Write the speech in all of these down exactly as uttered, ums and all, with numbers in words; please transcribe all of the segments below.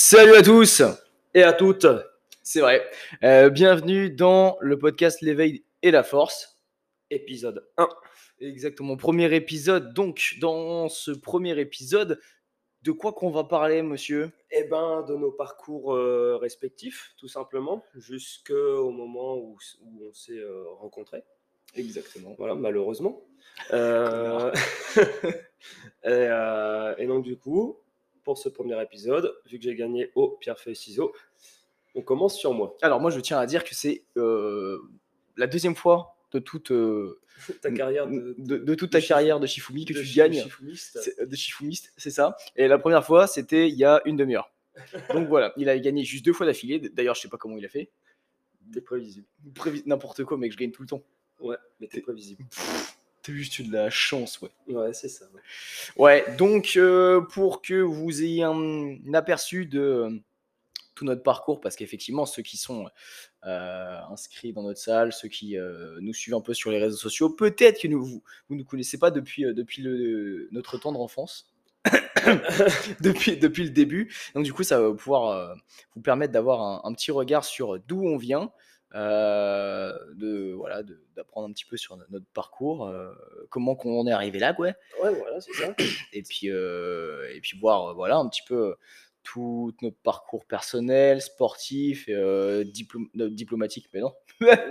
Salut à tous et à toutes. C'est vrai. Euh, bienvenue dans le podcast L'éveil et la force. Épisode un. Exactement, premier épisode. Donc, dans ce premier épisode, de quoi qu'on va parler, monsieur? Eh ben, de nos parcours euh, respectifs, tout simplement, jusqu'au moment où, où on s'est euh, rencontrés. Exactement. Voilà, malheureusement. Euh... et, euh, et donc, du coup, pour ce premier épisode, vu que j'ai gagné au pierre feuille ciseaux, on commence sur moi. Alors, moi, je tiens à dire que c'est euh, la deuxième fois de toute, euh, ta carrière de, de, de, de toute de ta carrière de Shifumi que de tu chi- gagnes. de Shifumiste. C'est, de Shifumiste, c'est ça. Et la première fois, c'était il y a une demi-heure. Donc voilà, il a gagné juste deux fois d'affilée. D'ailleurs, je sais pas comment il a fait. T'es prévisible. Prévis- N'importe quoi, mec, je gagne tout le temps. Ouais, mais t'es prévisible. T'as juste eu de la chance, ouais. Ouais, c'est ça. Ouais, ouais donc euh, pour que vous ayez un, un aperçu de euh, tout notre parcours, parce qu'effectivement, ceux qui sont euh, inscrits dans notre salle, ceux qui euh, nous suivent un peu sur les réseaux sociaux, peut-être que nous, vous ne nous connaissez pas depuis, euh, depuis le, notre tendre enfance. depuis, depuis le début. Donc du coup, ça va pouvoir euh, vous permettre d'avoir un, un petit regard sur d'où on vient, euh, de, voilà, de, d'apprendre un petit peu sur notre parcours, euh, comment on est arrivé là, quoi. ouais voilà, c'est ça. Et puis, euh, et puis voir voilà, un petit peu tout notre parcours personnel, sportif, euh, diplom- euh, diplomatique, mais non,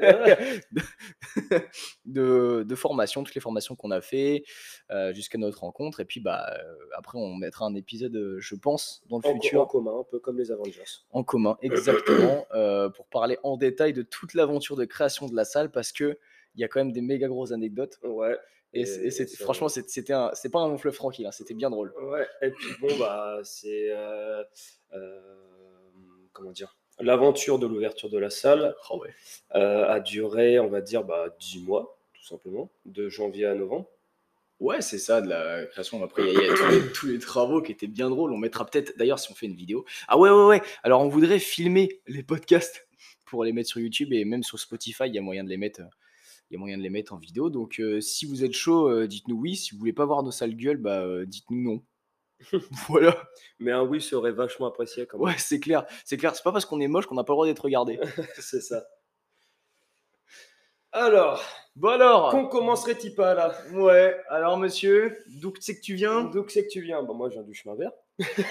de, de formation, toutes les formations qu'on a fait euh, jusqu'à notre rencontre. Et puis bah, euh, après, on mettra un épisode, euh, je pense, dans le en, futur. En commun, un peu comme les Avengers. En commun, exactement, euh, pour parler en détail de toute l'aventure de création de la salle, parce qu'il y a quand même des méga grosses anecdotes. Ouais. Et, et, et c'est, franchement, c'était un, c'est pas un long fleuve tranquille, hein, c'était bien drôle. Ouais, et puis bon, bah, c'est. Euh, euh, comment dire L'aventure de l'ouverture de la salle oh ouais. euh, a duré, on va dire, bah, dix mois, tout simplement, de janvier à novembre. Ouais, c'est ça, de la création. Après, il y a, y a tous, les, tous les travaux qui étaient bien drôles. On mettra peut-être, d'ailleurs, si on fait une vidéo. Ah ouais, ouais, ouais. Alors, on voudrait filmer les podcasts pour les mettre sur YouTube, et même sur Spotify, il y a moyen de les mettre. Il y a moyen de les mettre en vidéo. Donc, euh, si vous êtes chaud, euh, dites-nous oui. Si vous voulez pas voir nos sales gueules, bah, euh, dites-nous non. Voilà. Mais un oui serait vachement apprécié quand même. Ouais, c'est clair. C'est clair. C'est pas parce qu'on est moche qu'on n'a pas le droit d'être regardé. C'est ça. Alors, bon alors, qu'on commencerait-il pas là? Ouais, alors monsieur, d'où c'est que tu viens? D'où c'est que tu viens? Bon, moi je viens du chemin vert.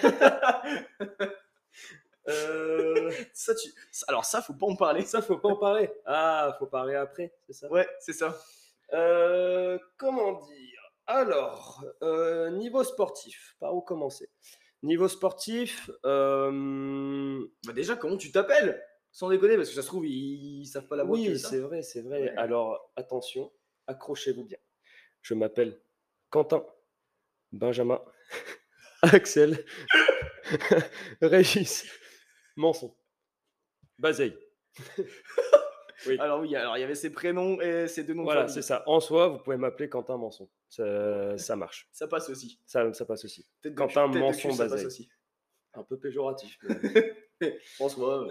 Euh... ça, tu... Alors ça, faut pas en parler. Ça, faut pas en parler. Ah, faut parler après, c'est ça? Ouais, c'est ça. Euh, comment dire? Alors, euh, niveau sportif, par où commencer? Niveau sportif, euh... bah déjà, comment tu t'appelles? Sans déconner, parce que ça se trouve, ils, ils savent pas la voix. Oui, c'est vrai, c'est vrai. Ouais. Alors, attention, accrochez-vous bien. Je m'appelle Quentin, Benjamin, Axel, Régis, Manson, Bazeille. Oui. Alors oui, alors il y avait ses prénoms et ses deux noms. Voilà, c'est ça. En soi, vous pouvez m'appeler Quentin Manson. Ça, ça marche. Ça passe aussi. Ça, ça passe aussi. Peut-être Quentin peut-être Manson, ça passe Bazeille. aussi. Un peu péjoratif. Mais... François.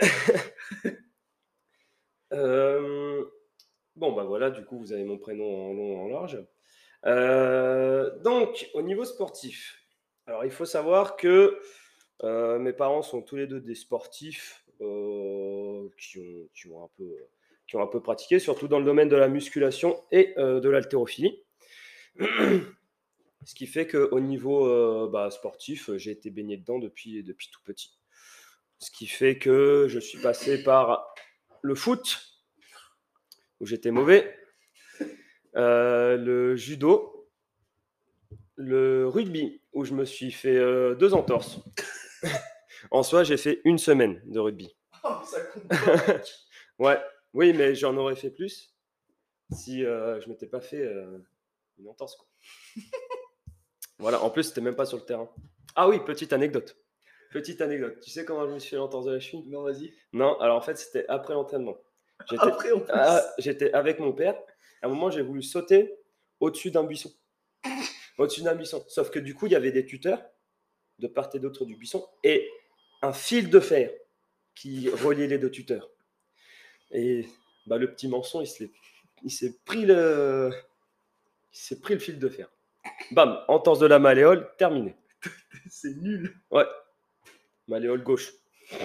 euh... Bon, bah voilà, du coup, vous avez mon prénom en long et en large. Euh... Donc, au niveau sportif, alors il faut savoir que euh, mes parents sont tous les deux des sportifs euh, qui, ont, qui, ont un peu, qui ont un peu pratiqué, surtout dans le domaine de la musculation et euh, de l'haltérophilie. Ce qui fait qu'au niveau euh, bah, sportif, j'ai été baigné dedans depuis, depuis tout petit. Ce qui fait que je suis passé par le foot, où j'étais mauvais, euh, le judo, le rugby, où je me suis fait euh, deux entorses. En soi, j'ai fait une semaine de rugby. Oh, ça compte pas. Ouais, oui, mais j'en aurais fait plus si euh, je m'étais pas fait euh, une entorse, quoi. Voilà, en plus, c'était même pas sur le terrain. Ah oui, petite anecdote. Petite anecdote. Tu sais comment je me suis fait l'entorse de la cheville? Non, vas-y. Non, alors en fait, c'était après l'entraînement. J'étais, après, en plus. Ah, j'étais avec mon père. À un moment, j'ai voulu sauter au-dessus d'un buisson. Au-dessus d'un buisson. Sauf que du coup, il y avait des tuteurs de part et d'autre du buisson et un fil de fer qui reliait les deux tuteurs. Et bah, le petit Manson, il s'est, il s'est pris le, il s'est pris le fil de fer. Bam, entorse de la malléole, terminé. C'est nul. Ouais. Malléole gauche.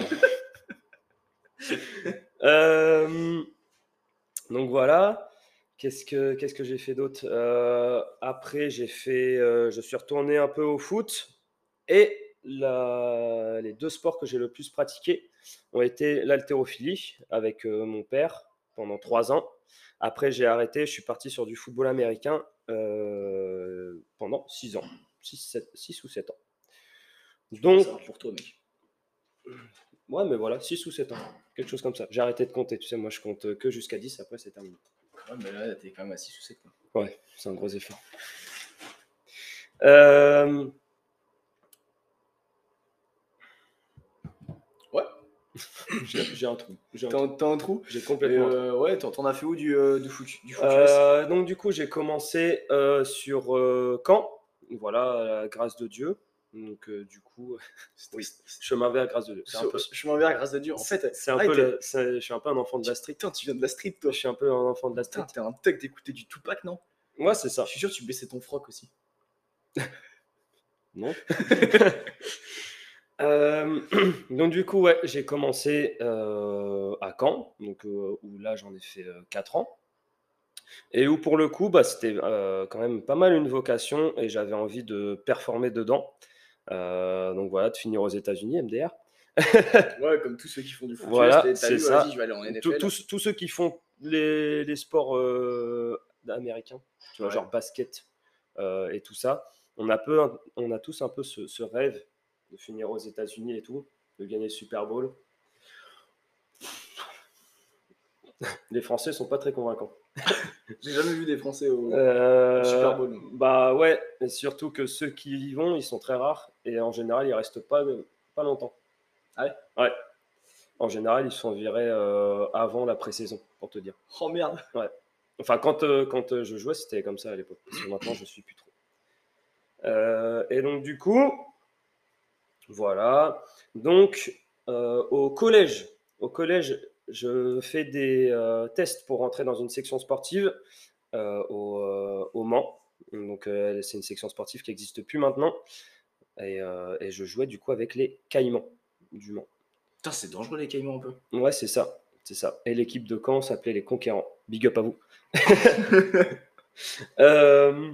euh, donc voilà. Qu'est-ce que, qu'est-ce que j'ai fait d'autre? euh, Après, j'ai fait, euh, je suis retourné un peu au foot. Et la, les deux sports que j'ai le plus pratiqués ont été l'haltérophilie avec euh, mon père pendant trois ans. Après, j'ai arrêté, je suis parti sur du football américain euh, pendant six ans, six ou sept ans. Donc, Ça, pour toi, mec. ouais, mais voilà, six ou sept ans, quelque chose comme ça. J'ai arrêté de compter, tu sais, moi je compte que jusqu'à dix, après c'est terminé. Ouais, mais là, t'es quand même à six ou sept. Ouais, c'est un gros effort. Euh... Ouais. j'ai, j'ai un trou. J'ai un T'as, trou. t'as un trou J'ai complètement euh, un trou. Ouais, t'en, t'en as fait où du, euh, du foot, du foot euh, Donc du coup, j'ai commencé euh, sur euh, Caen, voilà, à la grâce de Dieu. Donc euh, du coup, oui, chemin vers grâce de Dieu. C'est un peu... Chemin vers grâce de Dieu. En fait, c'est un ah, peu le... c'est... je suis un peu un enfant de la street. Putain, tu viens de la street, toi. Je suis un peu un enfant de la street. Putain, t'es un tech d'écouter du Tupac, non? Ouais, c'est ça. Je suis sûr que tu baissais ton froc aussi. Non. euh, donc du coup, ouais, j'ai commencé euh, à Caen, donc euh, où là j'en ai fait euh, quatre ans. Et où pour le coup, bah, c'était euh, quand même pas mal une vocation et j'avais envie de performer dedans. Euh, donc voilà, de finir aux États-Unis, M D R. Ouais, comme tous ceux qui font du foot. Voilà, c'est vu, ça. Vas-y, je vais aller en N F L. Tous, tous, tous ceux qui font les, les sports euh, américains, tu vois, Ouais. genre basket euh, et tout ça, on a, peu, on a tous un peu ce, ce rêve de finir aux États-Unis et tout, de gagner le Super Bowl. Les Français sont pas très convaincants. J'ai jamais vu des Français au, euh, au Super Bowl. Bah ouais, et surtout que ceux qui y vont, ils sont très rares et en général, ils restent pas, pas longtemps. Ah ouais? Ouais. En général, ils sont virés euh, avant la pré-saison, pour te dire. Oh merde. Ouais. Enfin, quand, euh, quand euh, je jouais, c'était comme ça à l'époque. Parce que maintenant, je suis plus trop. Euh, et donc, du coup, voilà. Donc, euh, au collège, au collège, je fais des euh, tests pour rentrer dans une section sportive euh, au, euh, au Mans. Donc, euh, c'est une section sportive qui n'existe plus maintenant. Et, euh, et je jouais du coup avec les Caïmans du Mans. Putain, c'est dangereux les Caïmans un peu. Ouais, c'est ça. C'est ça. Et l'équipe de Caen s'appelait les Conquérants. Big up à vous. euh,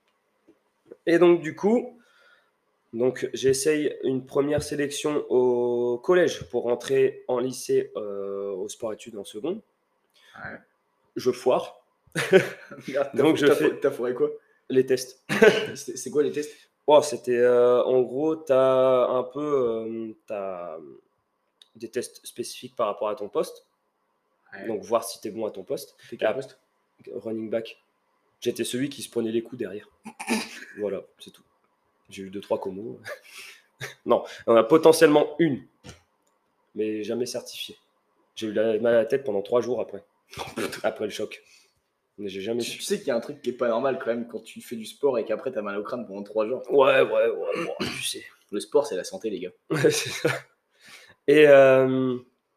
et donc, du coup, donc, j'essaye une première sélection au collège pour rentrer en lycée euh, au sport-études en seconde. Ouais. Je foire. Merde, donc, je fais. T'as foiré quoi? Les tests. c'est, c'est quoi les tests? Oh, c'était euh, en gros, tu as un peu euh, t'as des tests spécifiques par rapport à ton poste. Ouais. Donc, voir si tu es bon à ton poste. T'es quel poste? Running back. J'étais celui qui se prenait les coups derrière. Voilà, c'est tout. J'ai eu deux, trois comos. Non, on a potentiellement une, mais jamais certifiée. J'ai eu la, mal à la tête pendant trois jours après. Après le choc. Mais j'ai jamais tu, su. Tu sais qu'il y a un truc qui est pas normal quand même quand tu fais du sport et qu'après t'as mal au crâne pendant trois jours. Ouais, ouais, ouais, ouais, tu sais. Le sport, c'est la santé, les gars. Ouais, c'est ça. Et, euh,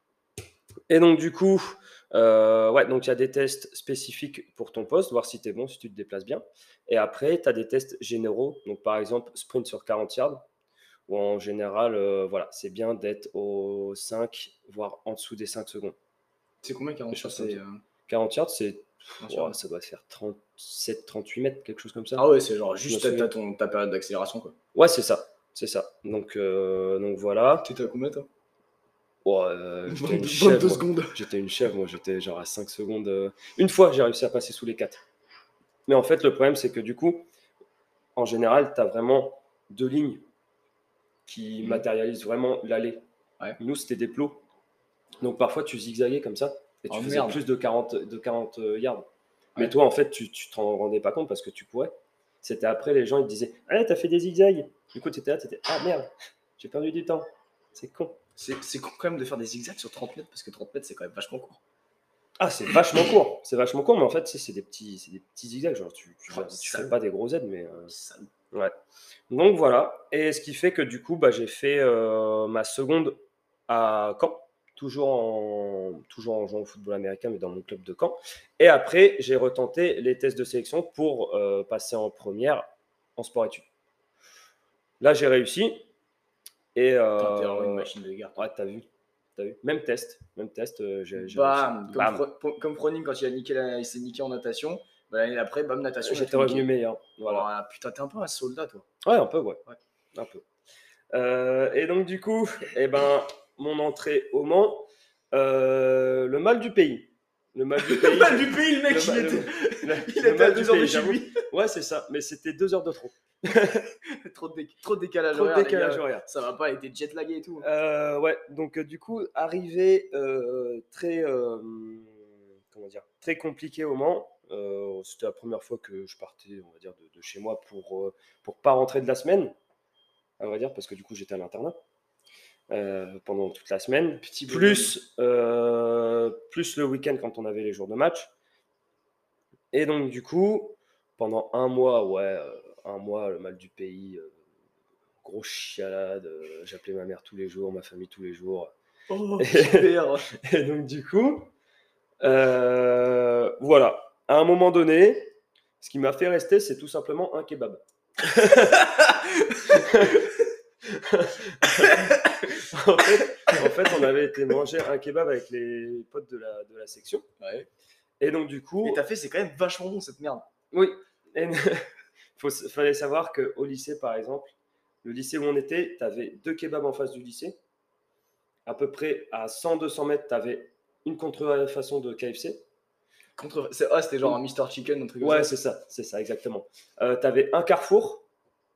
et donc, du coup, euh, ouais, donc il y a des tests spécifiques pour ton poste, voir si tu es bon, si tu te déplaces bien. Et après, tu as des tests généraux. Donc, par exemple, sprint sur quarante yards, où en général, euh, voilà, c'est bien d'être aux cinq, voire en dessous des cinq secondes. C'est combien quarante yards? C'est, euh... quarante yards, c'est. Oh, ça doit faire trente-sept, trente-huit mètres, quelque chose comme ça. Ah ouais, c'est genre juste ta, ton, ta période d'accélération, quoi. Ouais, c'est ça. C'est ça. Donc, euh, donc voilà. T'étais à combien, toi? Oh, euh, j'étais une chèvre. Secondes. J'étais une chèvre, moi. J'étais genre à cinq secondes. Euh... Une fois, j'ai réussi à passer sous les quatre. Mais en fait, le problème, c'est que du coup, en général, tu as vraiment deux lignes qui mmh. matérialisent vraiment l'allée. Ouais. Nous, c'était des plots. Donc, parfois, tu zigzaguais comme ça et tu oh, faisais merde. plus de quarante, de quarante yards. Ouais. Mais toi, en fait, tu ne t'en rendais pas compte parce que tu courais. C'était après, les gens, ils te disaient « Ah, t'as fait des zigzags !» Du coup, tu étais là, tu étais « Ah, merde, j'ai perdu du temps. » C'est con. C'est, c'est con quand même de faire des zigzags sur trente mètres parce que trente mètres, c'est quand même vachement court. Ah, c'est vachement court. C'est vachement court, mais en fait, c'est, c'est, des, petits, c'est des petits zigzags. Genre, tu ne oh, fais pas des gros aides, mais... Euh... Ouais. Donc, voilà. Et ce qui fait que, du coup, bah, j'ai fait euh, ma seconde à Caen. Toujours en, toujours en jouant au football américain, mais dans mon club de Caen. Et après, j'ai retenté les tests de sélection pour euh, passer en première en sport-études. Là, j'ai réussi. Et Putain, t'es vraiment une euh, machine de guerre. toi. ouais, t'as vu, t'as vu. Même test, même test, euh, j'ai j'ai réussi. Bam, comme, Bam. Fro- po- comme Froning quand il, a niqué la- il s'est niqué en natation. Bah, l'année d'après, bam, natation, il a J'étais tout revenu niqué. meilleur. Voilà. Voilà, putain, t'es un peu un soldat, toi. Ouais, un peu, ouais. Ouais. Un peu. Euh, et donc, du coup, eh ben, mon entrée au Mans, euh, le mal du pays. Le mal du Le pays. mal du pays, le mec, le il mal- était, le- le- il le était à mal du deux heures de pays, chez j'avoue. lui. Ouais, c'est ça. Mais c'était deux heures de trop. trop, de dé- trop de décalage Trop de horaire, les décalage gars. horaire. Ça va pas, il était jet lagué et tout. Euh, ouais, donc euh, du coup, arrivé euh, très, euh, comment dire, très compliqué au Mans. Euh, c'était la première fois que je partais, on va dire, de, de chez moi pour euh, pour pas rentrer de la semaine, on va dire, parce que du coup j'étais à l'internat euh, pendant toute la semaine, Petit bonhomme. plus euh, plus le week-end quand on avait les jours de match. Et donc du coup, pendant un mois, ouais, euh, un mois, le mal du pays. Euh, grosse chialade, euh, j'appelais ma mère tous les jours, ma famille tous les jours. Oh, super. Et donc, du coup, euh, voilà. À un moment donné, ce qui m'a fait rester, c'est tout simplement un kebab. en, fait, en fait, on avait été manger un kebab avec les potes de la, de la section. Ouais. Et donc, du coup. Et t'as fait, c'est quand même vachement bon cette merde. Oui. Il fallait savoir qu'au lycée, par exemple, le lycée où on était, tu avais deux kebabs en face du lycée. À peu près à cent à deux cents mètres, tu avais une contrefaçon de K F C. Contre... c'est- Ah, c'était genre un Mister Chicken, un truc comme Ouais, ça. c'est ça, c'est ça, exactement. Euh, tu avais un Carrefour,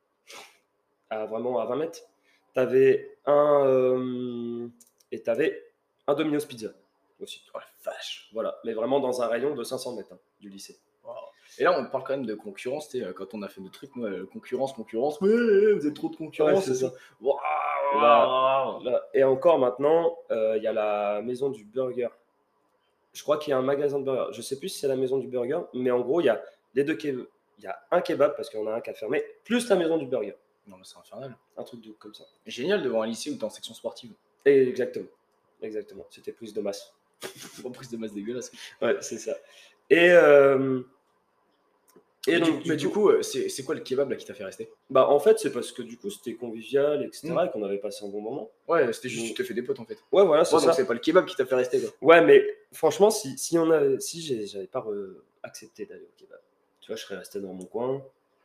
à, vraiment à vingt mètres. Tu avais un. Euh, et tu avais un Domino's Pizza aussi. Oh la vache. Voilà, mais vraiment dans un rayon de cinq cents mètres hein, du lycée. Wow. Et là, on parle quand même de concurrence. Tu sais, quand on a fait nos trucs, nous, euh, concurrence, concurrence. Ouais, vous êtes trop de concurrence. Ouais, c'est et ça. tout. Waouh, Là- waouh. Là, et encore maintenant, il euh, y a la maison du burger. Je crois qu'il y a un magasin de burger. Je sais plus si c'est la maison du burger, mais en gros, il y a les deux kebabs. Il y a un kebab parce qu'il y en a un qui a fermé, plus la maison du burger. Non, mais c'est infernal. Un truc de, comme ça. Génial devant un lycée où t'es en section sportive. Et exactement. Exactement. C'était prise de masse. Une prise de masse dégueulasse. Ouais, c'est ça. Et, euh, et mais donc, du, mais du coup, euh, c'est, c'est quoi le kebab là qui t'a fait rester? Bah, en fait, c'est parce que du coup, c'était convivial, et cetera, Mm. et qu'on avait passé un bon moment. Ouais, c'était juste Mm. tu t'es fait des potes en fait. Ouais, voilà, c'est Ouais, ça. donc c'est pas le kebab qui t'a fait rester quoi. Ouais, mais franchement, si, si, on avait, si j'ai- j'avais pas re- accepté d'aller au kebab, tu vois, je serais resté dans mon coin.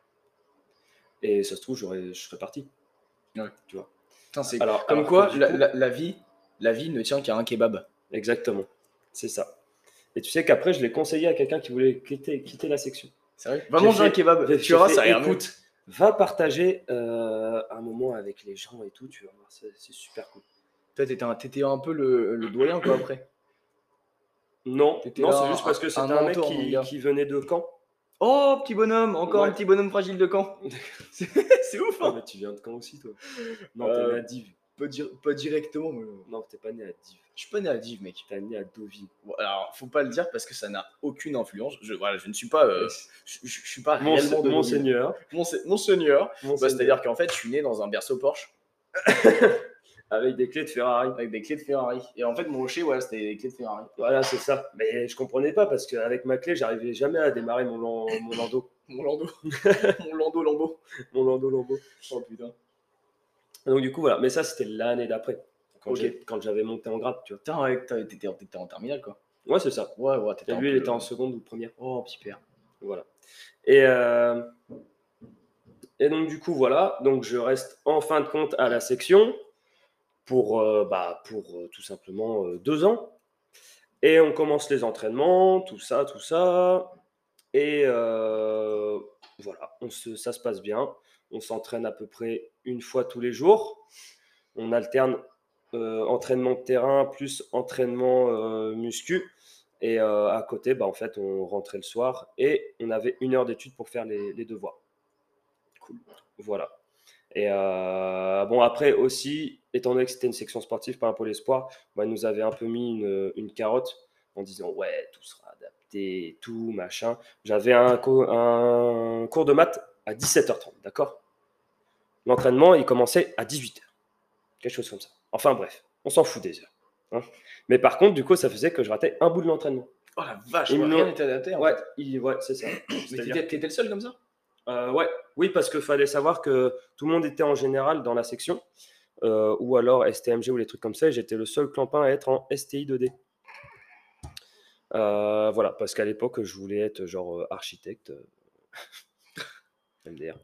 Et ça se trouve, j'aurais, je serais parti. Ouais. Tu vois. Putain, c'est Alors, comme alors quoi que du la, coup- la- la vie, la vie ne tient qu'à un kebab. Exactement. C'est ça. Et tu sais qu'après, je l'ai conseillé à quelqu'un qui voulait quitter, quitter la section. Sérieux? Va J'ai manger fait- un kebab. j'ai- Tu j'ai verras, fait, ça a l'air mieux. écoute, va partager euh, un moment avec les gens et tout, tu vas voir, c'est, c'est super cool. Toi, t'étais un, t'étais un peu le, le doyen quoi après. Non, T'étais non, là c'est un- juste parce que un- c'était un un, mec mentor, mon qui, gars. qui venait de Caen. Oh, petit bonhomme, encore Ouais. un petit bonhomme fragile de camp. c'est, c'est ouf, Ah, hein. mais tu viens de Caen aussi, toi. Non, Euh, t'es né à Dives. Pas, dir- pas directement, mais. Non, t'es pas né à Dives. Je suis pas né à Dives, mec. T'es né à Deauville. Bon, alors, faut pas le dire parce que ça n'a aucune influence. Je, voilà, je ne suis pas, euh, je, je- je suis pas Mon, réellement de Deauville. Monseigneur. Monse- Monseigneur. Bah, Monseigneur. c'est-à-dire qu'en fait, je suis né dans un berceau Porsche Avec des clés de Ferrari. avec des clés de Ferrari. Et en fait, mon rocher, ouais, c'était des clés de Ferrari. Voilà, c'est ça. Mais je comprenais pas parce qu'avec ma clé, j'arrivais jamais à démarrer mon, lan- mon Lando. Mon Lando. mon Lando Lambo. Mon Lando Lambo. Oh putain. Donc, du coup, voilà. Mais ça, c'était l'année d'après. Quand, Ok. j'ai- quand j'avais monté en grade, tu vois. Putain, ouais, t'as- t'étais, t'étais en terminale, quoi. Ouais, c'est ça. Ouais, ouais, t'étais Et un lui, peu il était le- en seconde ou première. Oh, petit père. Voilà. Et, euh, et donc, du coup, voilà. Donc, je reste en fin de compte à la section pour, euh, bah, pour euh, tout simplement euh, deux ans. Et on commence les entraînements, tout ça, tout ça. Et euh, voilà, on se, ça se passe bien. On s'entraîne à peu près une fois tous les jours. On alterne euh, entraînement de terrain plus entraînement euh, muscu. Et euh, à côté, bah, en fait, on rentrait le soir et on avait une heure d'études pour faire les, les devoirs. Cool. Voilà. Et euh, bon, après aussi, étant donné que c'était une section sportive par un pôle espoir, bah, ils nous avaient un peu mis une, une carotte en disant ouais, tout sera adapté, tout, machin. J'avais un, co- un cours de maths à dix-sept heures trente, d'accord? L'entraînement, il commençait à dix-huit heures. Quelque chose comme ça. Enfin bref, on s'en fout des heures. Hein. Mais par contre, du coup, ça faisait que je ratais un bout de l'entraînement. Oh la vache, Ils ouais, me rien l'ont- n'était adapté. En Ouais, fait. il- ouais, c'est ça. Mais C'est-à-dire- t'étais, t'étais le seul comme ça? Euh, ouais, oui, parce qu'il fallait savoir que tout le monde était en général dans la section. euh, ou alors S T M G ou les trucs comme ça. Et j'étais le seul clampin à être en S T I deux D. Euh, voilà, parce qu'à l'époque, je voulais être genre euh, architecte. euh, M D R.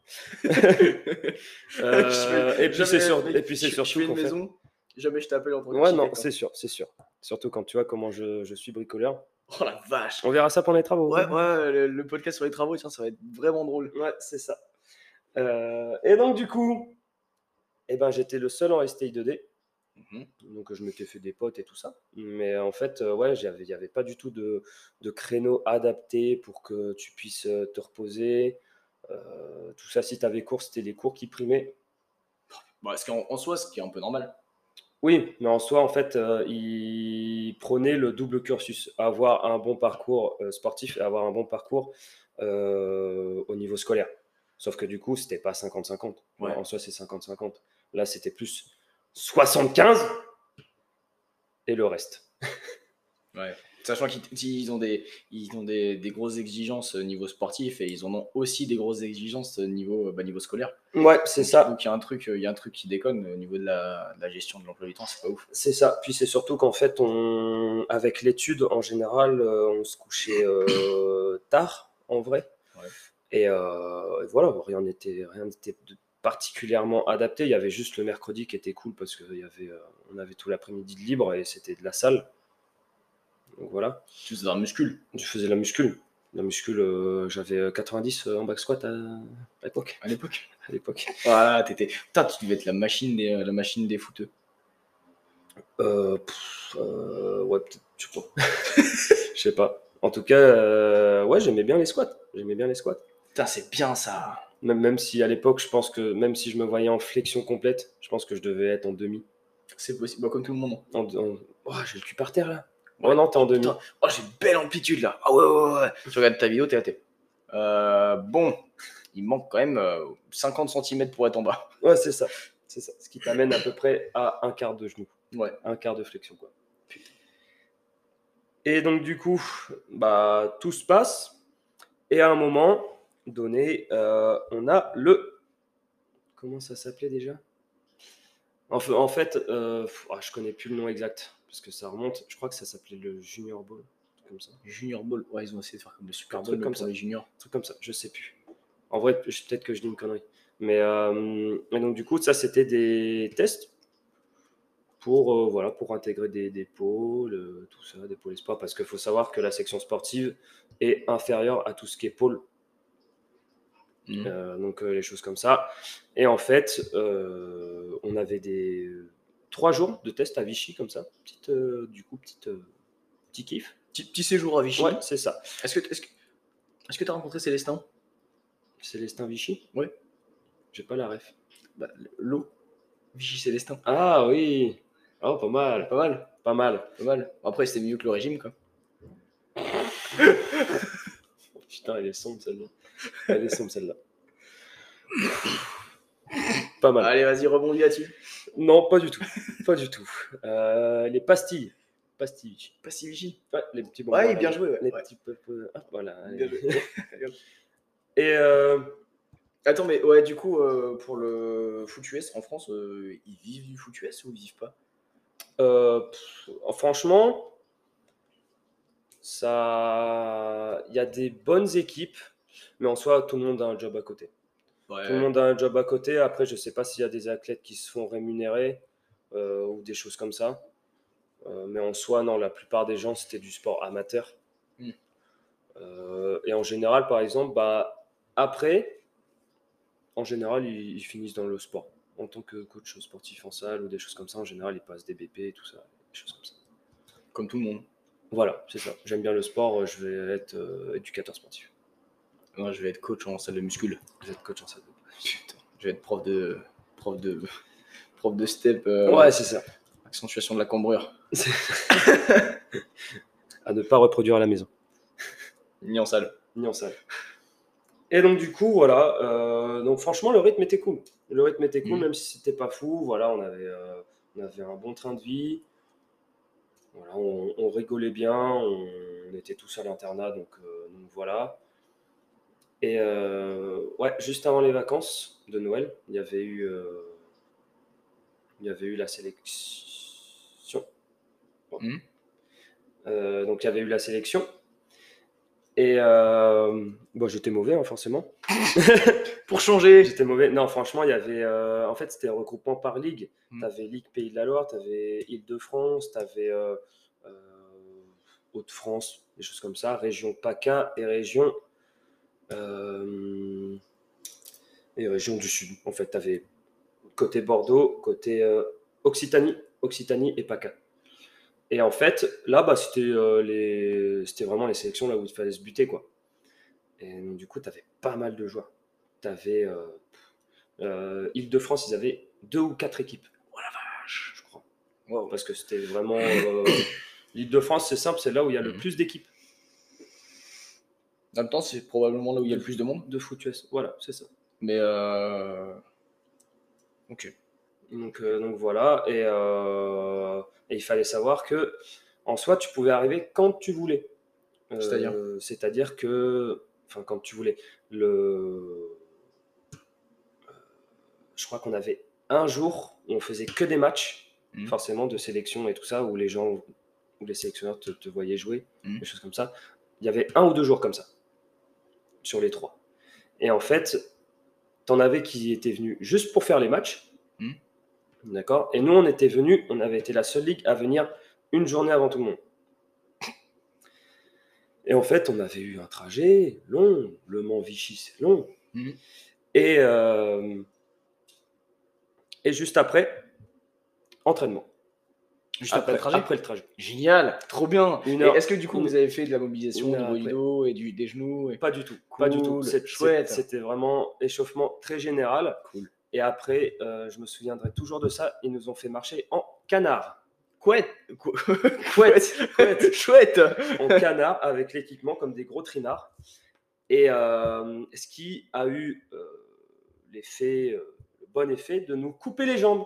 Euh, et puis c'est Jamais, sur- mec, et puis c'est je, je surtout fais une qu'en fait. maison, jamais je t'appelle en tant Ouais, non, qu'architecte. hein. c'est sûr, c'est sûr. Surtout quand tu vois comment je, je suis bricoleur. Oh la vache. On verra ça pendant les travaux. Ouais, ouais, le, le podcast sur les travaux, tiens, ça va être vraiment drôle. Ouais, c'est ça. Euh, et donc, du coup, eh ben, j'étais le seul en S T I deux D. Mhm. Donc, je m'étais fait des potes et tout ça. Mais en fait, euh, ouais, il n'y avait pas du tout de, de créneau adapté pour que tu puisses euh, te reposer. Euh, tout ça, si tu avais cours, c'était les cours qui primaient. Bon, ce qui est en, en soi, ce qui est un peu normal. Oui, mais en soi, en fait, euh, il prenait le double cursus, avoir un bon parcours euh, sportif et avoir un bon parcours euh, au niveau scolaire. Sauf que du coup, c'était pas cinquante cinquante. Ouais. En soi, c'est cinquante cinquante. Là, c'était plus soixante-quinze et le reste. Ouais. Sachant qu'ils ils ont, des, ils ont des, des grosses exigences au niveau sportif et ils en ont aussi des grosses exigences au niveau, bah, niveau scolaire. Ouais, c'est Donc, ça. Donc il y a un truc, il y a un truc qui déconne au niveau de la, de la gestion de l'emploi du temps, c'est pas ouf. C'est ça. Puis c'est surtout qu'en fait, on, avec l'étude, en général, euh, on se couchait euh, tard, en vrai. Ouais. Et euh, voilà, rien n'était rien n'était de- particulièrement adapté. Il y avait juste le mercredi qui était cool parce qu'on avait, euh, on avait tout l'après-midi de libre et c'était de la salle. Donc voilà, Tu faisais un muscule je faisais la muscule. La muscule, euh, j'avais quatre-vingt-dix en back squat à, à l'époque. à l'époque. À l'époque. Voilà, t'étais. Putain, tu devais être la machine des, la machine des footeux. Euh, pff, euh, ouais, peut-être, je sais pas. Je sais pas. En tout cas, euh, ouais, j'aimais bien les squats. J'aimais bien les squats. Putain, c'est bien ça. Même, même si à l'époque, je pense que même si je me voyais en flexion complète, je pense que je devais être en demi. C'est possible, bah, comme tout le monde. En, en- Oh, j'ai le cul par terre là. Ouais. Oh non, t'es en demi. Putain, oh, j'ai une belle amplitude là. Ah ouais, ouais, ouais. Tu regardes ta vidéo, t'es à t'es. Euh, bon, il manque quand même euh, cinquante centimètres pour être en bas. Ouais, c'est ça. C'est ça. Ce qui t'amène à peu près à un quart de genou. Ouais. Un quart de flexion, quoi. Putain. Et donc, du coup, bah, tout se passe. Et à un moment donné, euh, on a le. Comment ça s'appelait déjà? En fait, en fait euh, pff, ah, je connais plus le nom exact. Parce que ça remonte. Je crois que ça s'appelait le Junior Ball. un truc Comme ça. Junior Ball. Ouais, ils ont essayé de faire comme le Super Un Bowl truc mais comme pour ça. les juniors. Un truc comme ça. Je sais plus. En vrai, je- peut-être que je dis une connerie. Mais euh, et donc, du coup, ça, c'était des tests pour, euh, voilà, pour intégrer des, des pôles, euh, tout ça, des pôles espoirs, parce qu'il faut savoir que la section sportive est inférieure à tout ce qui est pôle, Mhm. euh, donc euh, les choses comme ça. Et en fait, euh, on avait des euh, trois jours de tests à Vichy, comme ça, petite, euh, du coup, petite, euh, petit kiff. Petit, petit séjour à Vichy. Ouais, c'est ça. Est-ce que est-ce que est-ce que t'as rencontré Célestin? Célestin Vichy. Ouais. J'ai pas la ref. Bah, l'eau. Vichy Célestin. Ah oui. Oh, pas mal. Pas mal. Pas mal. Pas mal. Après, c'était mieux que le régime, quoi. Putain, elle est sombre celle-là. Elle est sombre celle-là. Pas mal. Allez, vas-y, rebondis là-dessus. Non, pas du tout. Pas du tout. Euh, les pastilles. Pastilles Vichy. Pas si Vichy. Ouais, les petits bonbons. Ouais, là, bien les- joué, ouais. Les ouais. petits peu, peu- ah, voilà. Bien allez. joué. Et euh, Attends, mais ouais, du coup, euh, pour le foot U S en France, euh, ils vivent du foot U S ou ils vivent pas? euh, pff, franchement, ça, il y a des bonnes équipes, mais en soi, tout le monde a un job à côté. Ouais. Tout le monde a un job à côté. Après, je sais pas s'il y a des athlètes qui se font rémunérer euh, ou des choses comme ça. Euh, mais en soi, non, la plupart des gens, c'était du sport amateur. Mm. Euh, et en général, par exemple, bah, après, en général, ils, ils finissent dans le sport. En tant que coach sportif en salle ou des choses comme ça, en général, ils passent des B P et tout ça, des choses comme ça. Comme tout le monde. Voilà, c'est ça. J'aime bien le sport, je vais être euh, éducateur sportif. Moi, je vais être coach en salle de muscule. Je vais être coach en salle. Putain, je vais être prof de prof de prof de step. euh, Ouais, c'est ça. Accentuation de la cambrure. À ne pas reproduire à la maison. Ni en salle. Ni en salle. Et donc du coup, voilà. Euh, donc franchement, le rythme était cool. Le rythme était cool, Mhm. même si c'était pas fou. Voilà, on avait, euh, on avait un bon train de vie. Voilà, on, on rigolait bien. On, on était tous à l'internat, donc, euh, donc voilà. Et euh, ouais, juste avant les vacances de Noël, il y avait eu, euh, il y avait eu la sélection. Bon. Mmh. Euh, donc, il y avait eu la sélection. Et euh, bon, j'étais mauvais, hein, forcément. Pour changer. J'étais mauvais. Non, franchement, il y avait. euh, en fait, c'était un regroupement par ligue. Mm. Tu avais Ligue Pays de la Loire, tu avais Île-de-France, tu avais euh, euh, Hauts-de-France, des choses comme ça, région PACA et région. euh, et région du Sud. En fait, tu avais côté Bordeaux, côté euh, Occitanie, Occitanie et PACA. Et en fait, là, bah, c'était euh, les... c'était vraiment les sélections là où il fallait se buter, quoi. Et donc, du coup, tu avais pas mal de joueurs. Tu avais euh, euh, Île-de-France, ils avaient deux ou quatre équipes. Oh la vache, je crois. Wow, parce que c'était vraiment. Euh, L'Île-de-France, c'est simple, c'est là où il y a le Mhm. plus d'équipes. En même temps, c'est probablement là où il y a le plus de monde. De foot U S. Voilà, c'est ça. Mais euh... ok. Donc, euh, donc voilà. Et, euh, et il fallait savoir que, en soi, tu pouvais arriver quand tu voulais. Euh, C'est-à-dire C'est-à-dire que. Enfin, quand tu voulais. Le. Je crois qu'on avait un jour où on faisait que des matchs, mmh. forcément de sélection et tout ça, où les gens, où les sélectionneurs te, te voyaient jouer, mmh. des choses comme ça. Il y avait un ou deux jours comme ça, sur les trois. Et en fait, t'en avais qui étaient venus juste pour faire les matchs, mmh. d'accord. Et nous, on était venus, on avait été la seule ligue à venir une journée avant tout le monde. Et en fait, on avait eu un trajet long, Le Mans-Vichy, c'est long. Mmh. Et euh, Et juste après, entraînement. Juste après, après le trajet Après le trajet. Génial, trop bien. Une Et heure, est-ce que du coup une- vous avez fait de la mobilisation une au heure niveau du après. dos et du, des genoux et... Pas du tout. Cool, Pas du tout. C'est- chouette. c'est- C'était vraiment échauffement très général. Cool. Et après, euh, je me souviendrai toujours de ça. Ils nous ont fait marcher en canard. Couette. Couette. Couette. Chouette. En canard avec l'équipement comme des gros trinards. Et euh, ce qui a eu euh, l'effet, euh, le bon effet de nous couper les jambes.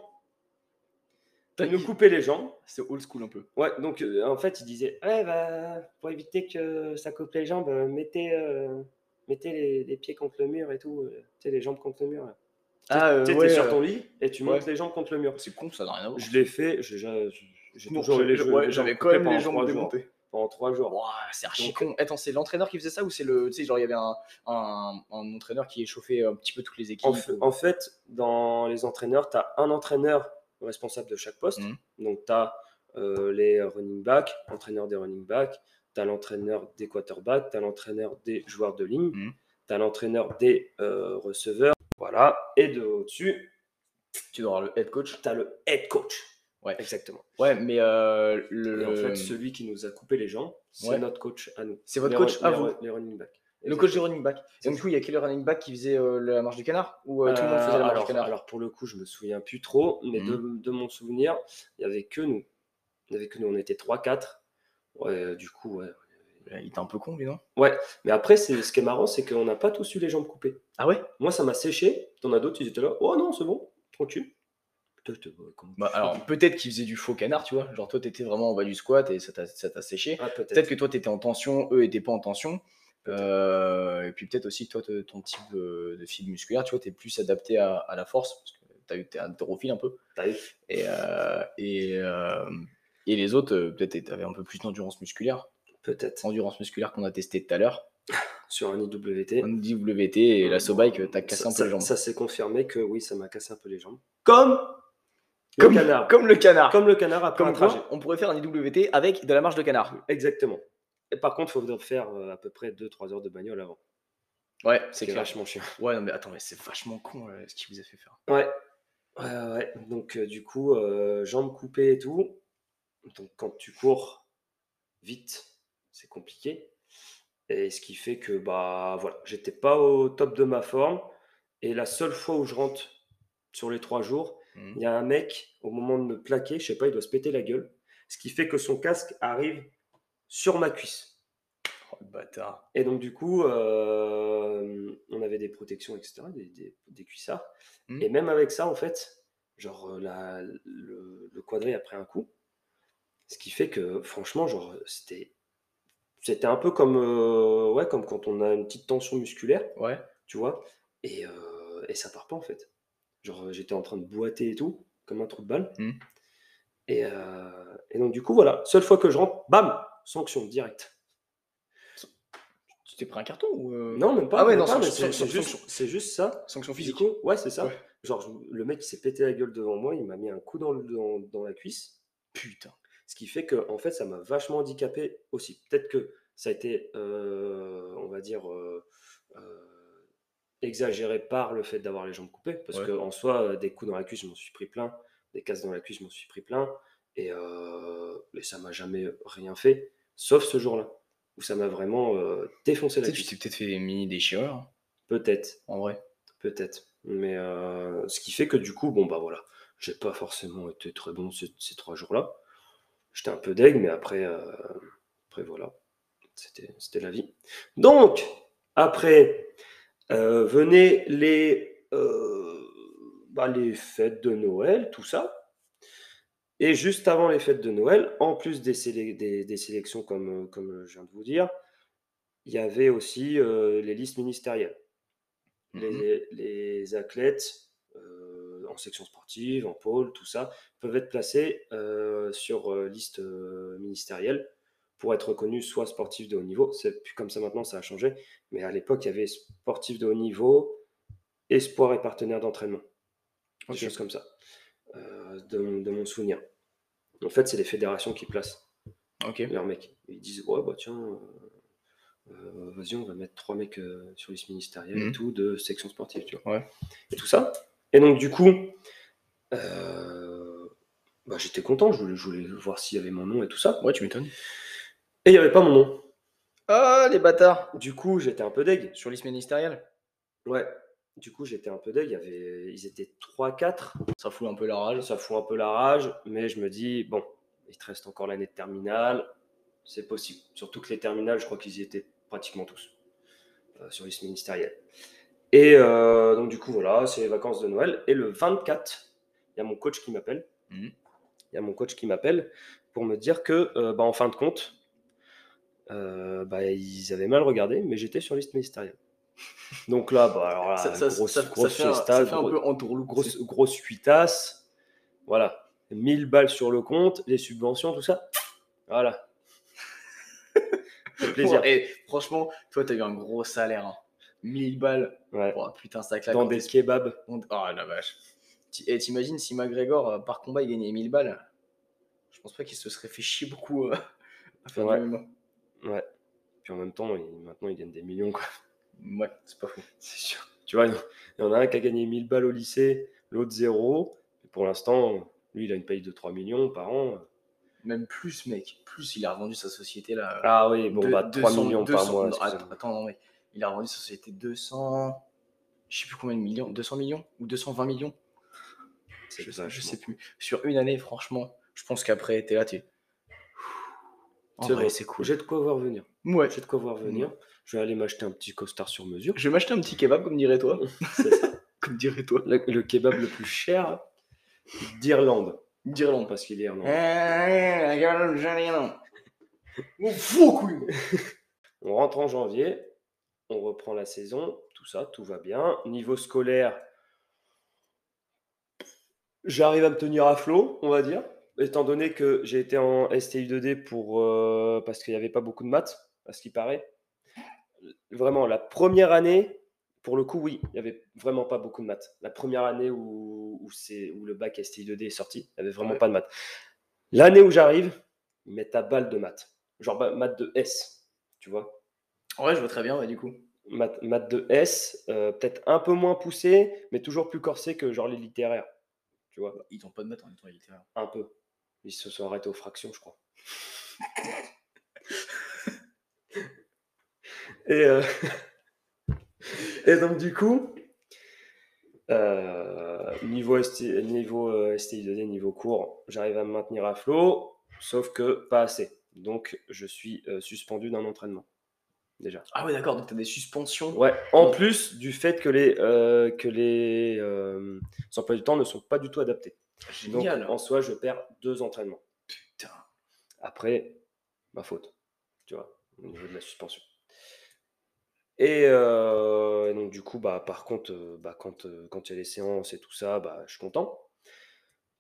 De nous couper les jambes. C'est old school un peu. Ouais, donc euh, en fait, il disait ouais, bah, pour éviter que ça coupe les jambes, euh, mettez, euh, mettez les, les pieds contre le mur et tout, euh, tu sais, les jambes contre le mur. Là. Ah, euh, tu sais, ouais, t'es sur euh, ton lit et tu montes ouais. les jambes contre le mur. C'est con, ça n'a rien à voir. Je l'ai fait, j'ai, j'ai, j'ai Bon, toujours eu les, ouais, les j'avais jambes quand même pendant les jambes trois démontées. jours. Pendant trois jours. Wow, c'est archi Donc, con. Attends, c'est l'entraîneur qui faisait ça ou c'est le, tu sais, genre il y avait un, un, un entraîneur qui échauffait un petit peu toutes les équipes En fait, ou... en fait dans les entraîneurs, tu as un entraîneur responsable de chaque poste. Mmh. Donc, tu as euh, les running backs, entraîneur des running backs, tu as l'entraîneur des quarterbacks, tu as l'entraîneur des joueurs de ligne, mmh. tu as l'entraîneur des euh, receveurs. Voilà. Et de au-dessus, tu dois avoir le head coach. Tu as le head coach. Ouais, exactement. Ouais, mais euh, le... Et en fait, celui qui nous a coupé les jambes, c'est ouais. notre coach à nous. C'est votre les coach à les, vous Les running backs. Le coach des running backs. Et donc, du coup, il y a quel running back qui faisait euh, la marche du canard ou euh, euh, tout le monde faisait la marche alors, du canard? Alors, pour le coup, je me souviens plus trop, mais mmh. de, de mon souvenir, il n'y avait que nous. Il n'y avait que nous, on était trois quatre. Ouais, du coup, ouais. Il était un peu con, lui, non? Ouais, mais après, c'est, ce qui est marrant, c'est qu'on n'a pas tous eu les jambes coupées. Ah ouais? Moi, ça m'a séché. T'en as d'autres, ils étaient là. Oh non, c'est bon, tranquille. Bah, alors peut-être qu'il faisait du faux canard, tu vois, genre toi t'étais vraiment en bas du squat et ça t'a, ça t'a séché. Ah, peut-être. peut-être que toi t'étais en tension, eux étaient pas en tension. Euh, et puis peut-être aussi que toi te, ton type de, de fibre musculaire, tu vois, t'es plus adapté à, à la force parce que t'as eu, t'es un haltérophile un peu. T'as eu. Et, euh, et, euh, et les autres, peut-être t'avais un peu plus d'endurance musculaire. Peut-être. Endurance musculaire qu'on a testé tout à l'heure. Sur un I W T. Un I W T et mmh. la SoBike, t'as cassé ça, un peu ça, les jambes. Ça s'est confirmé que oui, ça m'a cassé un peu les jambes. Comme Le comme, canard. Comme le canard. Comme le canard après comme un trajet. On pourrait faire un I W T avec de la marche de canard. Exactement. Et par contre, il faudrait faire à peu près deux trois heures de bagnole avant. Ouais, c'est, c'est vachement chiant. Ouais, non mais attends, mais c'est vachement con euh, ce qu'il vous a fait faire. Ouais. Ouais, ouais. Donc, euh, du coup, euh, jambes coupées et tout. Donc, quand tu cours vite, c'est compliqué. Et ce qui fait que, bah, voilà, j'étais pas au top de ma forme. Et la seule fois où je rentre sur les trois jours, il mmh. y a un mec, au moment de me plaquer, je sais pas, il doit se péter la gueule. Ce qui fait que son casque arrive sur ma cuisse. Oh, le bâtard. Et donc, du coup, euh, on avait des protections, et cetera, des, des, des cuissards. Mmh. Et même avec ça, en fait, genre, la, le, le quadré a pris un coup. Ce qui fait que, franchement, genre, c'était, c'était un peu comme, euh, ouais, comme quand on a une petite tension musculaire. Ouais. Tu vois. Et, euh, et ça part pas, en fait. Genre, j'étais en train de boiter et tout. comme un trou de balle. Mmh. Et, euh, et donc, du coup, voilà. Seule fois que je rentre, bam, sanction, direct. Tu t'es pris un carton ou euh... Non, même pas. Ah ouais, même non, pas, mais sanction, c'est c'est sanction, juste, c'est juste ça. sanction Du physique. coup, ouais, c'est ça. Ouais. Genre, je- le mec, il s'est pété la gueule devant moi, il m'a mis un coup dans, le, dans, dans la cuisse. Putain. Ce qui fait que, en fait, ça m'a vachement handicapé aussi. Peut-être que ça a été, euh, on va dire, euh, euh, exagéré par le fait d'avoir les jambes coupées. Parce Ouais. qu'en soi, euh, des coups dans la cuisse, je m'en suis pris plein. Des casses dans la cuisse, je m'en suis pris plein. Et, euh, et ça m'a jamais rien fait, sauf ce jour-là, où ça m'a vraiment euh, défoncé la Tu sais, tu t'es cuisse. peut-être fait une mini déchirure, hein, Peut-être, en vrai. peut-être. Mais euh, ce qui fait que du coup, bon, bah voilà, j'ai pas forcément été très bon ces, ces trois jours-là. J'étais un peu deg, mais après, euh, après voilà, c'était, c'était la vie. Donc, après, euh, venaient les, euh, bah, les fêtes de Noël, tout ça. Et juste avant les fêtes de Noël, en plus des, sélec- des, des sélections comme, comme je viens de vous dire, il y avait aussi euh, les listes ministérielles. Mhm. Les, les athlètes euh, en section sportive, en pôle, tout ça, peuvent être placés euh, sur euh, liste euh, ministérielle pour être reconnus soit sportifs de haut niveau. C'est plus comme ça maintenant, ça a changé. Mais à l'époque, il y avait sportifs de haut niveau, espoir et partenaire d'entraînement. Des Ok. choses comme ça, euh, de, mon, de mon souvenir. En fait, c'est les fédérations qui placent Ok. leurs mecs. Ils disent, ouais, bah tiens, euh, euh, vas-y, on va mettre trois mecs euh, sur liste ministérielle et Mhm. tout, de section sportive, tu vois. Ouais. Et tout ça. Et donc, du coup, euh, bah, j'étais content, je voulais, je voulais voir s'il y avait mon nom et tout ça. Ouais, tu m'étonnes. Et il n'y avait pas mon nom. Ah, les bâtards. Du coup, j'étais un peu deg. Sur liste ministérielle. Ouais. Du coup, j'étais un peu deg. Il y avait... Ils étaient trois quatre. Ça fout un peu la rage. Ça fout un peu la rage, mais je me dis, bon, il te reste encore l'année de terminale. C'est possible. Surtout que les terminales, je crois qu'ils y étaient pratiquement tous euh, sur liste ministérielle. Et euh, donc, du coup, voilà, c'est les vacances de Noël. Et le vingt-quatre, il y a mon coach qui m'appelle. Mhm. Il y a mon coach qui m'appelle pour me dire que, euh, bah, en fin de compte, euh, bah, ils avaient mal regardé, mais j'étais sur liste ministérielle. Donc là, bah, alors là Ça, ça, grosse, ça, grosse ça fait un, fiesta, ça fait un gros, peu entourloupe. grosse, grosse fuitasse. Voilà. mille balles sur le compte, les subventions, tout ça. Voilà. C'est plaisir. Bon, et franchement, toi, t'as eu un gros salaire. Hein. mille balles. Ouais. Oh, putain, ça claque. Dans quand des t'es- kebabs. Oh la vache. Ti- Et t'imagines si McGregor, euh, par combat, il gagnait mille balles. Je pense pas qu'il se serait fait chier beaucoup euh, à faire Ouais. du M M A. Ouais. Puis en même temps, il, maintenant, il gagne des millions, quoi. Ouais, c'est pas fou. C'est sûr. Tu vois, il y en a un qui a gagné mille balles au lycée, l'autre zéro. Et pour l'instant, lui, il a une paye de trois millions par an. Même plus, mec. Plus, il a revendu sa société là. Ah oui, bon, de- bah, trois millions par mois, non, excusez-moi. attends, non, mais il a revendu sa société deux cents. Je sais plus combien de millions. deux cents millions ou deux cent vingt millions. C'est Je, sais- je vachement sais plus. cool. Sur une année, franchement, je pense qu'après, t'es là, t'es. En C'est vrai, bon, c'est cool. j'ai de quoi voir venir. Ouais. J'ai de quoi voir venir. Je vais aller m'acheter un petit costard sur mesure. Je vais m'acheter un petit kebab, comme dirais toi. C'est ça. Comme dirais toi. Le, le kebab le plus cher d'Irlande. D'Irlande. Parce qu'il est irlandais. On fout, couille. On rentre en janvier, on reprend la saison, tout ça, tout va bien. Niveau scolaire, j'arrive à me tenir à flot, on va dire. Étant donné que j'ai été en S T I deux D pour, euh, parce qu'il n'y avait pas beaucoup de maths, à ce qui paraît. Vraiment, la première année, pour le coup, oui, il n'y avait vraiment pas beaucoup de maths. La première année où, où, c'est, où le bac S T I deux D est sorti, il n'y avait vraiment Ouais. pas de maths. L'année où j'arrive, ils mettent à balle de maths. Genre bah, maths de S, tu vois. Ouais, je vois très bien, ouais, du coup. Maths, maths de S, euh, peut-être un peu moins poussé, mais toujours plus corsé que genre les littéraires, tu vois. Ils n'ont pas de maths en étant littéraire. Un peu. Ils se sont arrêtés aux fractions, je crois. Et, euh... Et donc, du coup, euh, niveau, S T, niveau euh, S T I deux D, niveau cours, j'arrive à me maintenir à flot, sauf que pas assez. Donc, je suis euh, suspendu d'un entraînement, déjà. Ah ouais, d'accord, donc tu as des suspensions. Ouais, en plus du fait que les, euh, que les euh, emplois du temps ne sont pas du tout adaptés. Génial. Donc, en soi, je perds deux entraînements. Putain. Après, ma faute, tu vois, au niveau de la suspension. Et euh, donc, du coup, bah, par contre, euh, bah, quand euh, quand il y a les séances et tout ça, bah, je suis content.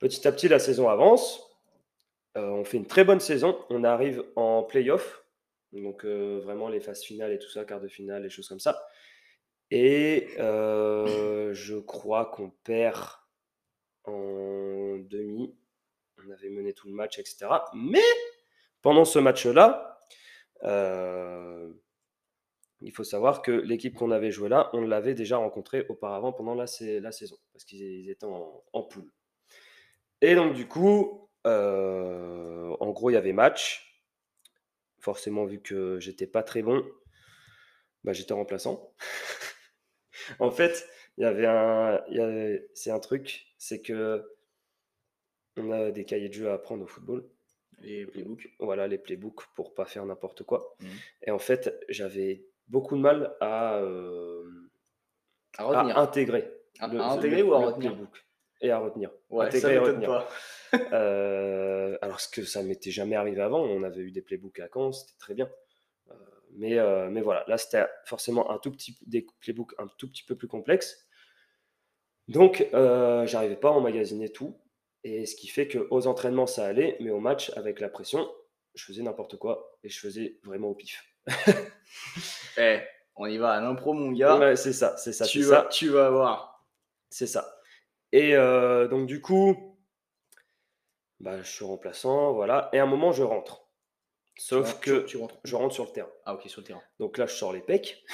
Petit à petit, la saison avance. Euh, on fait une très bonne saison. On arrive en play-off. Donc, euh, vraiment, les phases finales et tout ça, quart de finale, les choses comme ça. Et euh, je crois qu'on perd en demi. On avait mené tout le match, et cetera. Mais pendant ce match-là, euh, il faut savoir que l'équipe qu'on avait jouée là, on l'avait déjà rencontrée auparavant pendant la, la saison, parce qu'ils étaient en, en poule. Et donc, du coup, euh, en gros, il y avait match. Forcément, vu que j'étais pas très bon, bah, j'étais remplaçant. En fait, il y avait un, il y avait, c'est un truc, c'est que on a des cahiers de jeu à apprendre au football. Les playbooks. Voilà, les playbooks pour pas faire n'importe quoi. Mmh. Et en fait, j'avais beaucoup de mal à, euh, À à retenir. intégrer. À, le, à intégrer le- ou à le retenir? playbook. Et à retenir. Ouais, ça Intégrer et m'étonne retenir. pas. Euh, alors ce que ça m'était jamais arrivé avant, on avait eu des playbooks à Caen, c'était très bien. Euh, mais, euh, mais voilà, là c'était forcément un tout petit, des playbooks un tout petit peu plus complexes. Donc euh, j'arrivais pas à emmagasiner tout. Et ce qui fait qu'aux entraînements ça allait, mais au match avec la pression, je faisais n'importe quoi et je faisais vraiment au pif. Eh, on y va à l'impro, mon gars. Ouais, c'est ça, c'est ça, c'est Tu vas, ça. tu vas voir. C'est ça. Et euh, donc du coup, bah, je suis remplaçant, voilà. Et à un moment, je rentre. Sauf rentres- que tu- tu rentres où? je rentre sur le terrain. Ah, ok, sur le terrain. Donc là, je sors les pecs.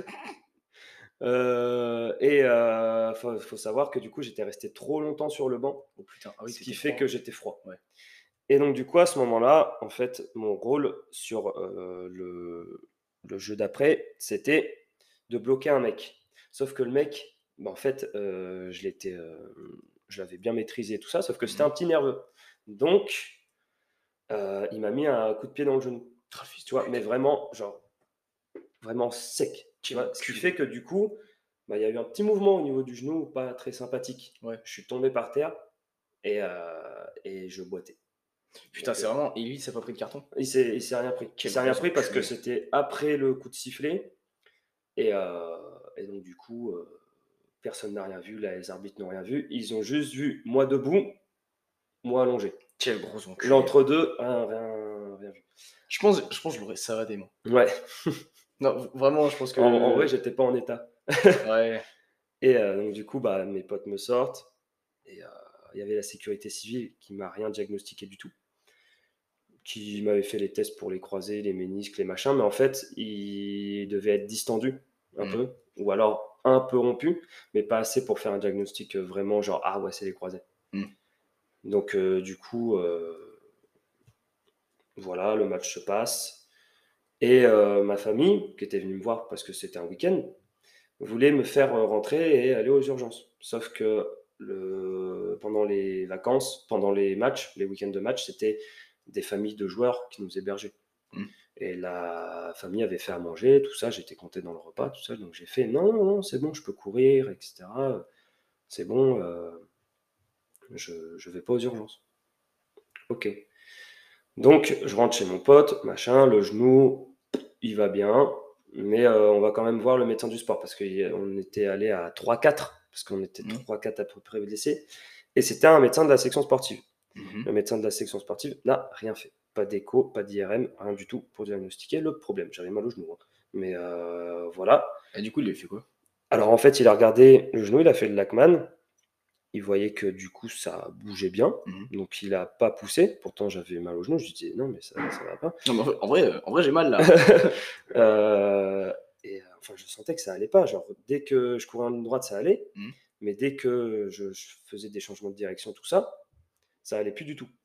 Euh, et il faut, faut savoir que du coup, j'étais resté trop longtemps sur le banc, Oh putain, ah oui, ce qui t'étais fait froid. que j'étais froid. Ouais. Et donc du coup, à ce moment-là, en fait, mon rôle sur euh, le, le jeu d'après, c'était de bloquer un mec. Sauf que le mec, bah, en fait, euh, je l'étais, euh, je l'avais bien maîtrisé et tout ça, sauf que c'était Mhm. un petit nerveux. Donc, euh, il m'a mis un coup de pied dans le genou. Ah, fils de Tu vois, pute. mais vraiment, genre, vraiment sec. Tu Quel vois, ce qui enculé. fait que du coup, bah, il y a eu un petit mouvement au niveau du genou, pas très sympathique. Ouais. Je suis tombé par terre et, euh, et je boitais. Putain, Donc, c'est vraiment. Et lui, il s'est pas pris de carton. Il s'est, il s'est rien pris. Quel Il s'est rien gros pris parce que enculé. c'était après le coup de sifflet. Et, euh, et donc, du coup, euh, personne n'a rien vu. Là, les arbitres n'ont rien vu. Ils ont juste vu moi debout, moi allongé. Quel gros enculé. L'entre-deux, rien, rien, rien vu. Je pense, je pense que je l'aurais savadé, moi. Ouais. Non, v- vraiment, je pense que. En, en vrai, j'étais pas en état. Ouais. Et euh, donc, du coup, bah, mes potes me sortent. Et euh, il y avait la sécurité civile qui m'a rien diagnostiqué du tout, qui m'avait fait les tests pour les croisés, les ménisques, les machins, mais en fait, il devait être distendu un Mm. peu, ou alors un peu rompu, mais pas assez pour faire un diagnostic vraiment genre ah ouais, c'est les croisés. Mm. Donc euh, du coup, euh, voilà, le match se passe. Et euh, ma famille, qui était venue me voir parce que c'était un week-end, voulait me faire rentrer et aller aux urgences. Sauf que le, pendant les vacances, pendant les matchs, les week-ends de match, c'était des familles de joueurs qui nous hébergeaient. Mm. Et la famille avait fait à manger, tout ça, j'étais compté dans le repas, tout ça. Donc j'ai fait non, non, non, c'est bon, je peux courir, et cetera. C'est bon, euh, je ne vais pas aux urgences. Ok. Donc je rentre chez mon pote, machin, le genou, il va bien, mais euh, on va quand même voir le médecin du sport parce qu'on était allé à trois quatre, parce qu'on était Mm. trois quatre à peu près blessés, et c'était un médecin de la section sportive. Mhm. Le médecin de la section sportive n'a rien fait. Pas d'écho, pas d'I R M, rien du tout pour diagnostiquer le problème. J'avais mal au genou. Hein. Mais euh, voilà. Et du coup, il a fait quoi? Alors en fait, il a regardé le genou, il a fait le Lachman. Il voyait que du coup, ça bougeait bien. Mhm. Donc il n'a pas poussé. Pourtant, j'avais mal au genou. Je lui disais non, mais ça ne va pas. Non, mais en vrai- en vrai, euh, en vrai j'ai mal là. Euh, et euh, enfin, je sentais que ça allait pas. Genre, dès que je courais en ligne droite, ça allait. Mhm. Mais dès que je, je faisais des changements de direction, tout ça, ça allait plus du tout.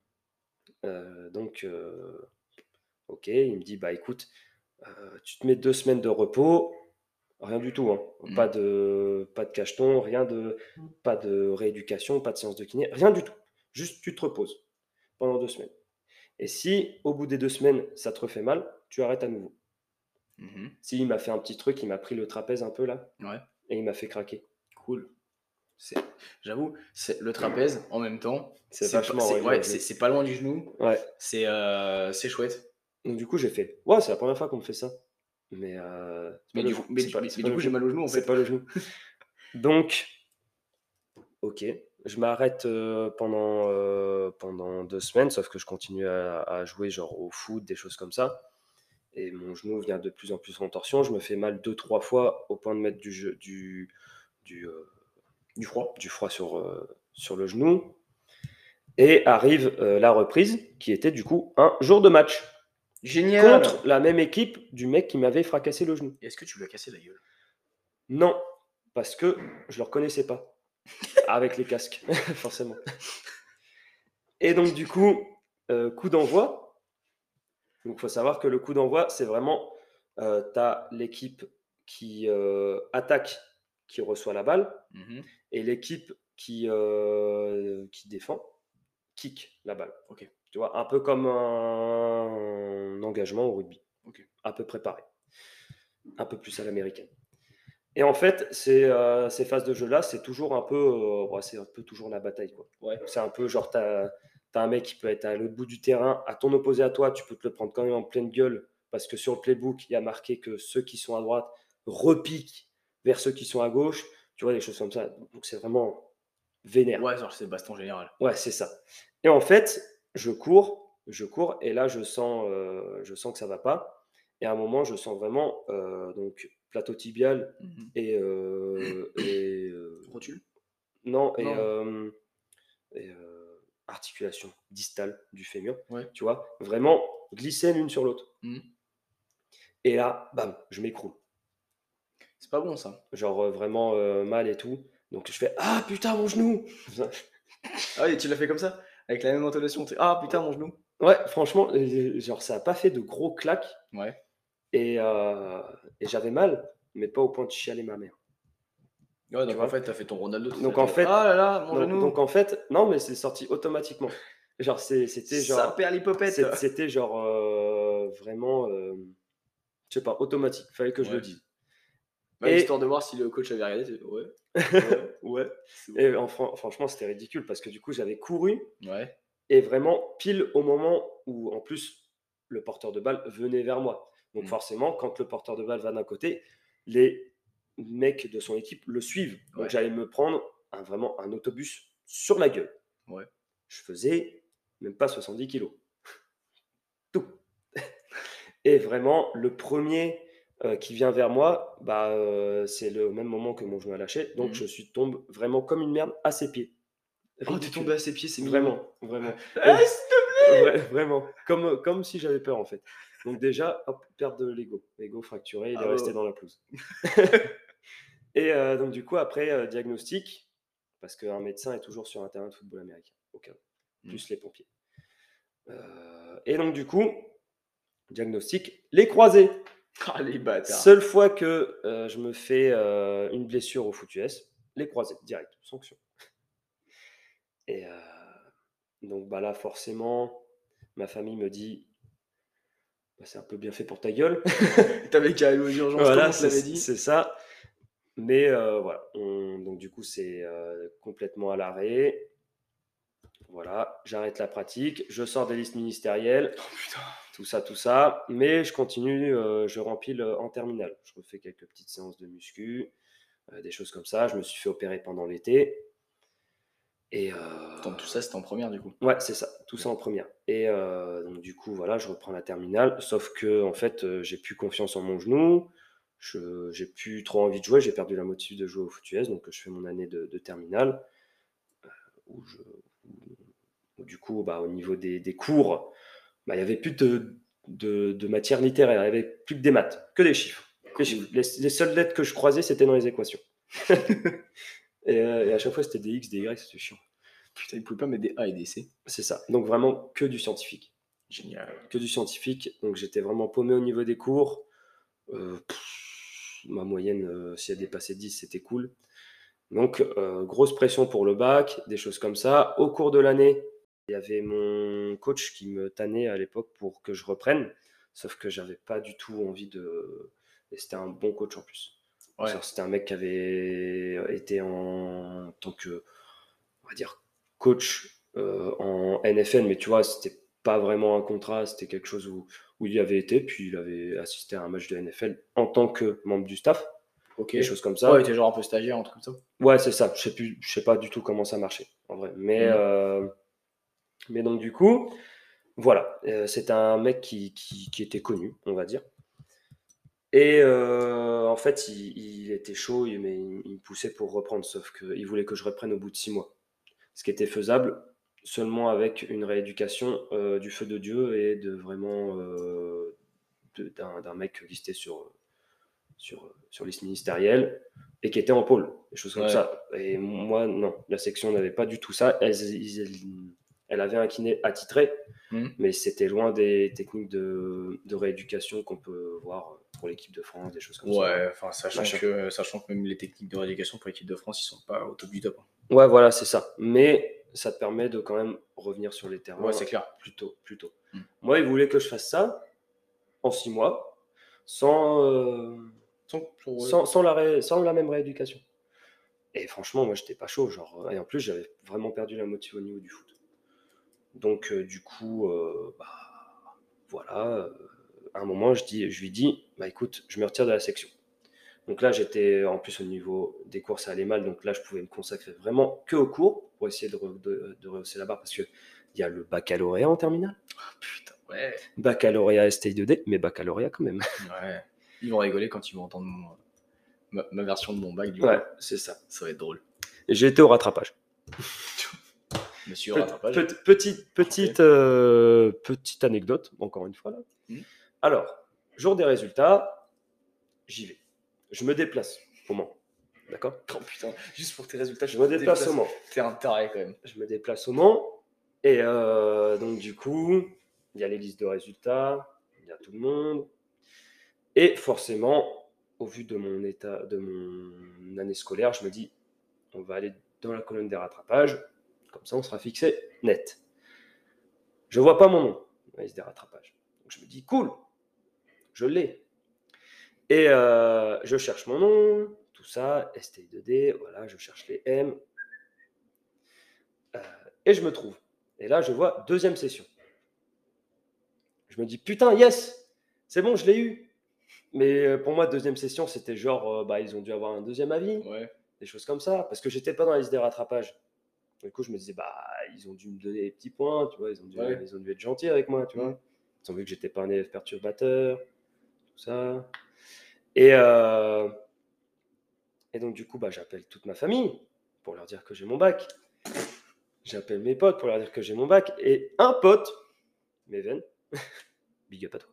Euh, donc, euh, ok, il me dit, bah écoute, euh, tu te mets deux semaines de repos, rien du tout, hein. Mhm. Pas de, pas de cacheton, rien de, pas de rééducation, pas de séance de kiné, rien du tout. Juste, tu te reposes pendant deux semaines. Et si, au bout des deux semaines, ça te refait mal, tu arrêtes à nouveau. Mhm. Si, il m'a fait un petit truc, il m'a pris le trapèze un peu là, Ouais, et il m'a fait craquer. cool. C'est- J'avoue, c'est le trapèze en même temps. C'est pas- vachement c'est- relié ouais, au c'est genou. c'est pas loin du genou. Ouais. C'est euh, c'est chouette. Donc du coup, j'ai fait, ouais, c'est la première fois qu'on me fait ça. Mais, euh, c'est Mais pas le du genou. coup, mais C'est du, pas- mais- c'est mais pas du le coup, j'ai genou. mal au genou en C'est fait. pas le genou. Donc, ok, je m'arrête euh, pendant, euh, pendant deux semaines, sauf que je continue à, à jouer genre au foot, des choses comme ça. Et mon genou vient de plus en plus en torsion. Je me fais mal deux, trois fois au point de mettre du, jeu- du, du, euh, Du froid. du froid sur, euh, sur le genou. Et arrive euh, la reprise, qui était du coup un jour de match. Génial. Contre la même équipe du mec qui m'avait fracassé le genou. Est-ce que tu lui as cassé la gueule? Non, parce que je ne le reconnaissais pas. Avec les casques, forcément. Et donc, du coup, euh, coup d'envoi. Donc, il faut savoir que le coup d'envoi, c'est vraiment, euh, tu as l'équipe qui euh, attaque, qui reçoit la balle, Mhm. et l'équipe qui, euh, qui défend, kick la balle. Ok. Tu vois, un peu comme un, un engagement au rugby. Ok. Un peu préparé. Un peu plus à l'américaine. Et en fait, ces, euh, ces phases de jeu-là, c'est toujours un peu, euh, ouais, c'est un peu toujours la bataille, quoi. Ouais. C'est un peu genre, t'as, t'as un mec qui peut être à l'autre bout du terrain, à ton opposé à toi, tu peux te le prendre quand même en pleine gueule, parce que sur le playbook, il y a marqué que ceux qui sont à droite repiquent vers ceux qui sont à gauche, tu vois, des choses comme ça. Donc c'est vraiment vénère. Ouais, genre c'est baston général. Ouais, c'est ça. Et en fait, je cours, je cours, et là, je sens, euh, je sens que ça va pas. Et à un moment, je sens vraiment euh, donc plateau tibial Mhm. et, euh, et euh, Rotule? non et, Non. euh, et, euh, articulation distale du fémur. Ouais. Tu vois, vraiment glisser l'une sur l'autre. Mhm. Et là, bam, je m'écroule. C'est pas bon ça. Genre euh, vraiment euh, mal et tout. Donc je fais ah putain mon genou. Ah oui, tu l'as fait comme ça? Avec la même intonation. t'es, Ah putain, mon genou. Ouais, franchement, euh, genre ça a pas fait de gros claques. Ouais. Et, euh, et j'avais mal, mais pas au point de chialer ma mère. Ouais, Tu donc en vois. fait, t'as fait ton Ronaldo. t'as Donc en fait, fait, Ah là là, mon donc, genou. donc en fait, non, mais c'est sorti automatiquement. Genre c'est- c'était Ça genre, perd l'hypopète. c'est- c'était genre euh, vraiment, euh, je sais pas, automatique. Fallait que je le Ouais. dise. Ouais, Et histoire de voir si le coach avait regardé. c'est- Ouais. Ouais. ouais. C'est bon. Et en fran- franchement, c'était ridicule parce que du coup, j'avais couru Ouais. et vraiment pile au moment où, en plus, le porteur de balle venait vers moi. Donc Mm. forcément, quand le porteur de balle va d'un côté, les mecs de son équipe le suivent. Donc Ouais. j'allais me prendre un, vraiment un autobus sur la gueule. Ouais. Je faisais même pas soixante-dix kilos. Tout. Et vraiment, le premier euh, qui vient vers moi, bah, euh, c'est le même moment que mon genou a lâché. Donc Mhm. je suis tombé vraiment comme une merde à ses pieds. Oh, t'es Ridicule. tombé à ses pieds, c'est mignon. Vraiment, vraiment. Ah, Et- s'il te Ouais, vraiment. Comme, comme si j'avais peur, en fait. Donc déjà, hop, perte de l'ego. L'ego fracturé, il Ah est resté ouais. dans la pelouse. Et euh, donc du coup, après, euh, diagnostic, parce qu'un médecin est toujours sur un terrain de football américain, au cas où, Mm. plus les pompiers. Euh, et donc du coup, diagnostic, les croisés. Ah, les bâtards. Seule fois que euh, je me fais euh, une blessure au foot U S, les croisés, direct, sanction. Et euh, donc bah là, forcément, ma famille me dit, bah, c'est un peu bien fait pour ta gueule. T'avais qu'à aller aux urgences, comme Voilà, on te l'avait c'est dit. c'est ça. Mais euh, voilà, on- donc du coup, c'est euh, complètement à l'arrêt. Voilà, j'arrête la pratique, je sors des listes ministérielles, Oh putain. tout ça, tout ça. Mais je continue, euh, je rempile euh, en terminale. Je refais quelques petites séances de muscu, euh, des choses comme ça. Je me suis fait opérer pendant l'été. Et euh, Attends, tout ça, c'était en première du coup. ouais, c'est ça, tout ça en première. Et euh, donc du coup, voilà, je reprends la terminale. Sauf que en fait, euh, j'ai plus confiance en mon genou. Je j'ai plus trop envie de jouer. J'ai perdu la motive de jouer au foot U S, donc je fais mon année de, de terminale où je, où, du coup, bah, au niveau des, des cours, bah, il n'y avait plus de, de, de matière littéraire, il n'y avait plus que des maths, que des chiffres. Les, chiffres. Les, les seules lettres que je croisais, c'était dans les équations. et, euh, et à chaque fois, c'était des X, des Y, c'était chiant. Putain, ils pouvaient pas mettre des A et des C. C'est ça. Donc vraiment que du scientifique. Génial. Que du scientifique. Donc j'étais vraiment paumé au niveau des cours. Euh, pff, ma moyenne, euh, si elle dépassait dix, c'était cool. Donc euh, grosse pression pour le bac, des choses comme ça. Au cours de l'année, il y avait mon coach qui me tannait à l'époque pour que je reprenne. Sauf que j'avais pas du tout envie de. Et c'était un bon coach en plus. Ouais. C'était un mec qui avait été en tant que, on va dire, coach euh, en N F L, mais tu vois, c'était pas vraiment un contrat, c'était quelque chose où, où il y avait été, puis il avait assisté à un match de N F L en tant que membre du staff. Ok. des choses comme ça. Ouais, t'es genre un peu stagiaire, un truc comme ça. Ouais, c'est ça. Je sais plus, je sais pas du tout comment ça marchait, en vrai. Mais, Mhm. euh, mais donc, du coup, voilà. Euh, c'était un mec qui, qui, qui était connu, on va dire. Et euh, en fait, il, il était chaud, il- mais il, il me poussait pour reprendre, sauf qu'il voulait que je reprenne au bout de six mois. Ce qui était faisable seulement avec une rééducation euh, du feu de Dieu et de vraiment euh, de- d'un, d'un mec listé sur, sur, sur liste ministérielle et qui était en pôle, des choses comme Ouais. ça. Et moi, non, la section n'avait pas du tout ça. Elle, elle, elle avait un kiné attitré, Mhm. mais c'était loin des techniques de, de rééducation qu'on peut voir pour l'équipe de France, des choses comme ça. Ouais, enfin, sachant Machin. que, sachant que même les techniques de rééducation pour l'équipe de France, ils sont pas au top du top. hein. Ouais, voilà, c'est ça. Mais ça te permet de quand même revenir sur les terrains Ouais, c'est clair. plus tôt. Plus tôt. Mm. Moi, il voulait que je fasse ça en six mois, sans, euh, Sans- sans- sans, sans la, ré- sans la même rééducation. Et franchement, moi, j'étais pas chaud. Genre, et en plus, j'avais vraiment perdu la motive au niveau du foot. Donc, euh, du coup, euh, bah, voilà. euh, à un moment, je, dis, je lui dis, bah écoute, je me retire de la section. Donc là, j'étais en plus au niveau des cours, ça allait mal. Donc là, je pouvais me consacrer vraiment que aux cours pour essayer de, re- de, de rehausser la barre parce qu'il y a le baccalauréat en terminale. Putain, ouais. Baccalauréat S T I deux D, mais baccalauréat quand même. Ouais. Ils vont rigoler quand ils vont entendre mon- ma, ma version de mon bac, du coup. Ouais, c'est ça. Ça va être drôle. Et j'ai été au rattrapage. Monsieur Pe- rattrapage. pe- petite, petite, euh, petite anecdote, encore une fois là. Hmm. Alors, jour des résultats, j'y vais. Je me déplace au Mans. D'accord. Oh putain, juste pour tes résultats, Je me déplace au Mans. T'es un taré quand même. Je me déplace au Mans. Et euh, donc, du coup, il y a les listes de résultats, il y a tout le monde. Et forcément, au vu de mon état, de mon année scolaire, je me dis, on va aller dans la colonne des rattrapages. Comme ça, on sera fixé net. Je vois pas mon nom dans la liste des rattrapages. Donc, je me dis, cool, je l'ai. Et euh, je cherche mon nom, tout ça, S T I deux D, voilà, je cherche les M. Euh, et je me trouve. Et là, je vois deuxième session. Je me dis, putain, yes, c'est bon, je l'ai eu. Mais pour moi, deuxième session, c'était genre, euh, bah, ils ont dû avoir un deuxième avis, Ouais. des choses comme ça, parce que j'étais pas dans la liste des rattrapages. Du coup, je me disais, bah, ils ont dû me donner des petits points, tu vois, ils ont dû, Ouais. ils ont dû être gentils avec moi, tu vois. Mm. Ils ont vu que j'étais pas un élève perturbateur, tout ça. Et, euh, et donc, du coup, bah, j'appelle toute ma famille pour leur dire que j'ai mon bac. J'appelle mes potes pour leur dire que j'ai mon bac. Et un pote, Meven, big up à toi.